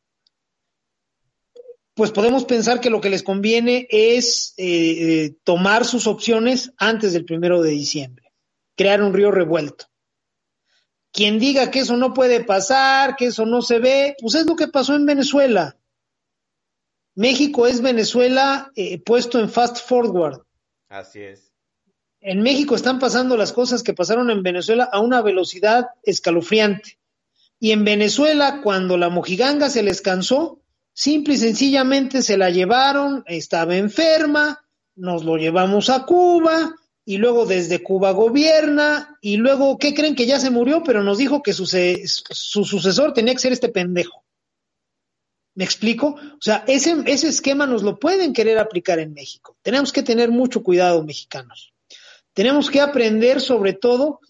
pues podemos pensar que lo que les conviene es tomar sus opciones antes del 1 de diciembre, crear un río revuelto. Quien diga que eso no puede pasar, que eso no se ve, pues es lo que pasó en Venezuela. México es Venezuela puesto en fast forward. Así es. En México están pasando las cosas que pasaron en Venezuela a una velocidad escalofriante. Y en Venezuela, cuando la mojiganga se les cansó, simple y sencillamente se la llevaron, estaba enferma, nos lo llevamos a Cuba, y luego desde Cuba gobierna, y luego, ¿qué creen? Que ya se murió, pero nos dijo que su sucesor tenía que ser este pendejo. ¿Me explico? O sea, ese esquema nos lo pueden querer aplicar en México. Tenemos que tener mucho cuidado, mexicanos. Tenemos que aprender, sobre todo,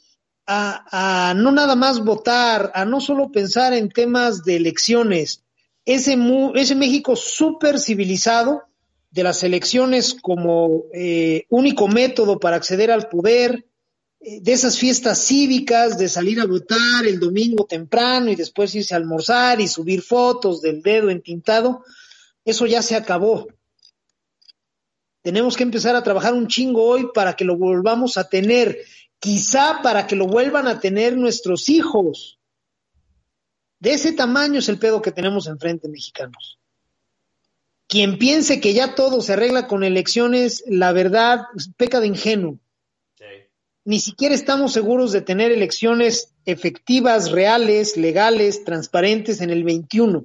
a no nada más votar, a no solo pensar en temas de elecciones. Ese México súper civilizado, de las elecciones como único método para acceder al poder, de esas fiestas cívicas, de salir a votar el domingo temprano y después irse a almorzar y subir fotos del dedo entintado, eso ya se acabó. Tenemos que empezar a trabajar un chingo hoy para que lo volvamos a tener, quizá para que lo vuelvan a tener nuestros hijos. De ese tamaño es el pedo que tenemos enfrente, mexicanos. Quien piense que ya todo se arregla con elecciones, la verdad, peca de ingenuo. Sí. Ni siquiera estamos seguros de tener elecciones efectivas, reales, legales, transparentes en el 21.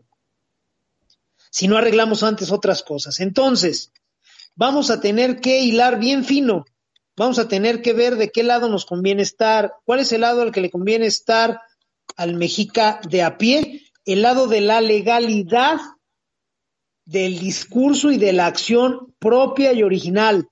Si no arreglamos antes otras cosas. Entonces, vamos a tener que hilar bien fino. Vamos a tener que ver de qué lado nos conviene estar. ¿Cuál es el lado al que le conviene estar al mexica de a pie? El lado de la legalidad, del discurso y de la acción propia y original.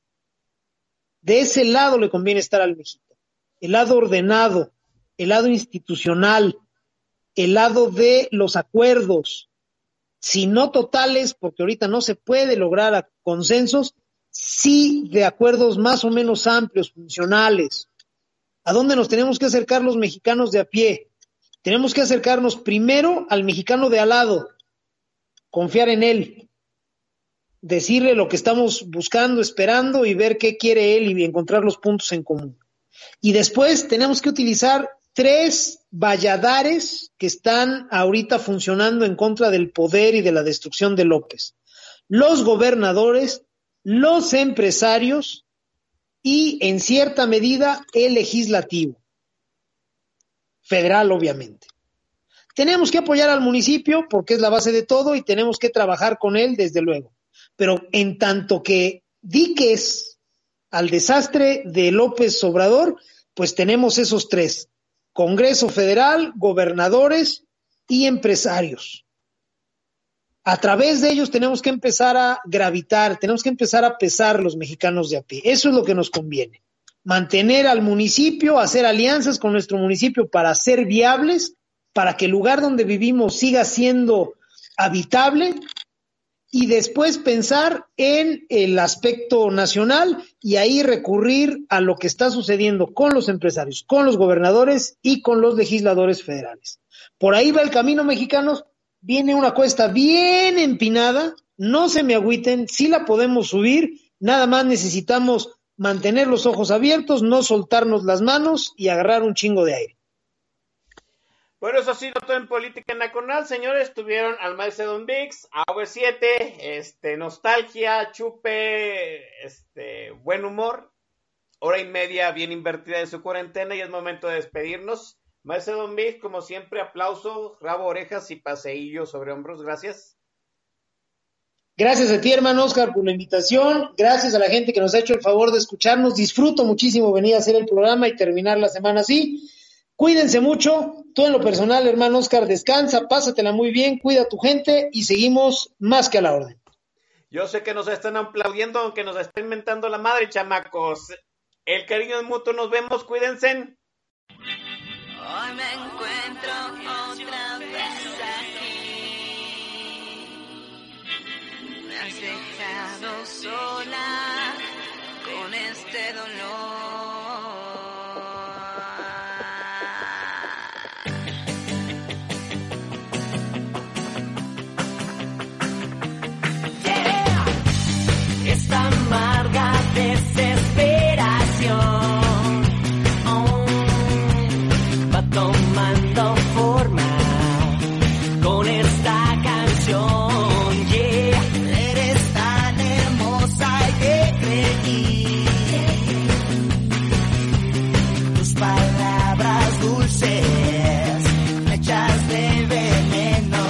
De ese lado le conviene estar al mexica. El lado ordenado, el lado institucional, el lado de los acuerdos, si no totales, porque ahorita no se puede lograr consensos, sí de acuerdos más o menos amplios, funcionales. ¿A dónde nos tenemos que acercar los mexicanos de a pie? Tenemos que acercarnos primero al mexicano de al lado, confiar en él, decirle lo que estamos buscando, esperando y ver qué quiere él y encontrar los puntos en común. Y después tenemos que utilizar 3 valladares que están ahorita funcionando en contra del poder y de la destrucción de López. Los gobernadores, los empresarios y, en cierta medida, el legislativo. Federal, obviamente. Tenemos que apoyar al municipio porque es la base de todo y tenemos que trabajar con él, desde luego. Pero en tanto que diques al desastre de López Obrador, pues tenemos esos 3. Congreso Federal, gobernadores y empresarios. A través de ellos tenemos que empezar a gravitar, tenemos que empezar a pesar los mexicanos de a pie. Eso es lo que nos conviene. Mantener al municipio, hacer alianzas con nuestro municipio para ser viables, para que el lugar donde vivimos siga siendo habitable y después pensar en el aspecto nacional y ahí recurrir a lo que está sucediendo con los empresarios, con los gobernadores y con los legisladores federales. Por ahí va el camino, mexicanos. Viene una cuesta bien empinada, no se me agüiten, sí la podemos subir, nada más necesitamos mantener los ojos abiertos, no soltarnos las manos y agarrar un chingo de aire. Bueno, eso ha sido todo en Política Nacional, señores. Tuvieron al maestro Don Vix, AV7, nostalgia, chupe, buen humor, hora y media bien invertida de su cuarentena y es momento de despedirnos. Maestro Don Vix, como siempre, aplauso, rabo, orejas y paseillo sobre hombros. Gracias. Gracias a ti, hermano Oscar, por la invitación. Gracias a la gente que nos ha hecho el favor de escucharnos. Disfruto muchísimo venir a hacer el programa y terminar la semana así. Cuídense mucho, tú en lo personal, hermano Oscar, descansa, pásatela muy bien, cuida a tu gente y seguimos más que a la orden. Yo sé que nos están aplaudiendo, aunque nos está inventando la madre, chamacos. El cariño es mutuo, nos vemos, cuídense. Hoy me encuentro otra vez aquí. Me has dejado sola con este dolor. Esta amarga desesperación va tomando forma con esta canción. Yeah. Eres tan hermosa y te creí. Tus palabras dulces hechas de veneno.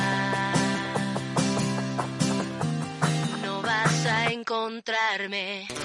Encontrarme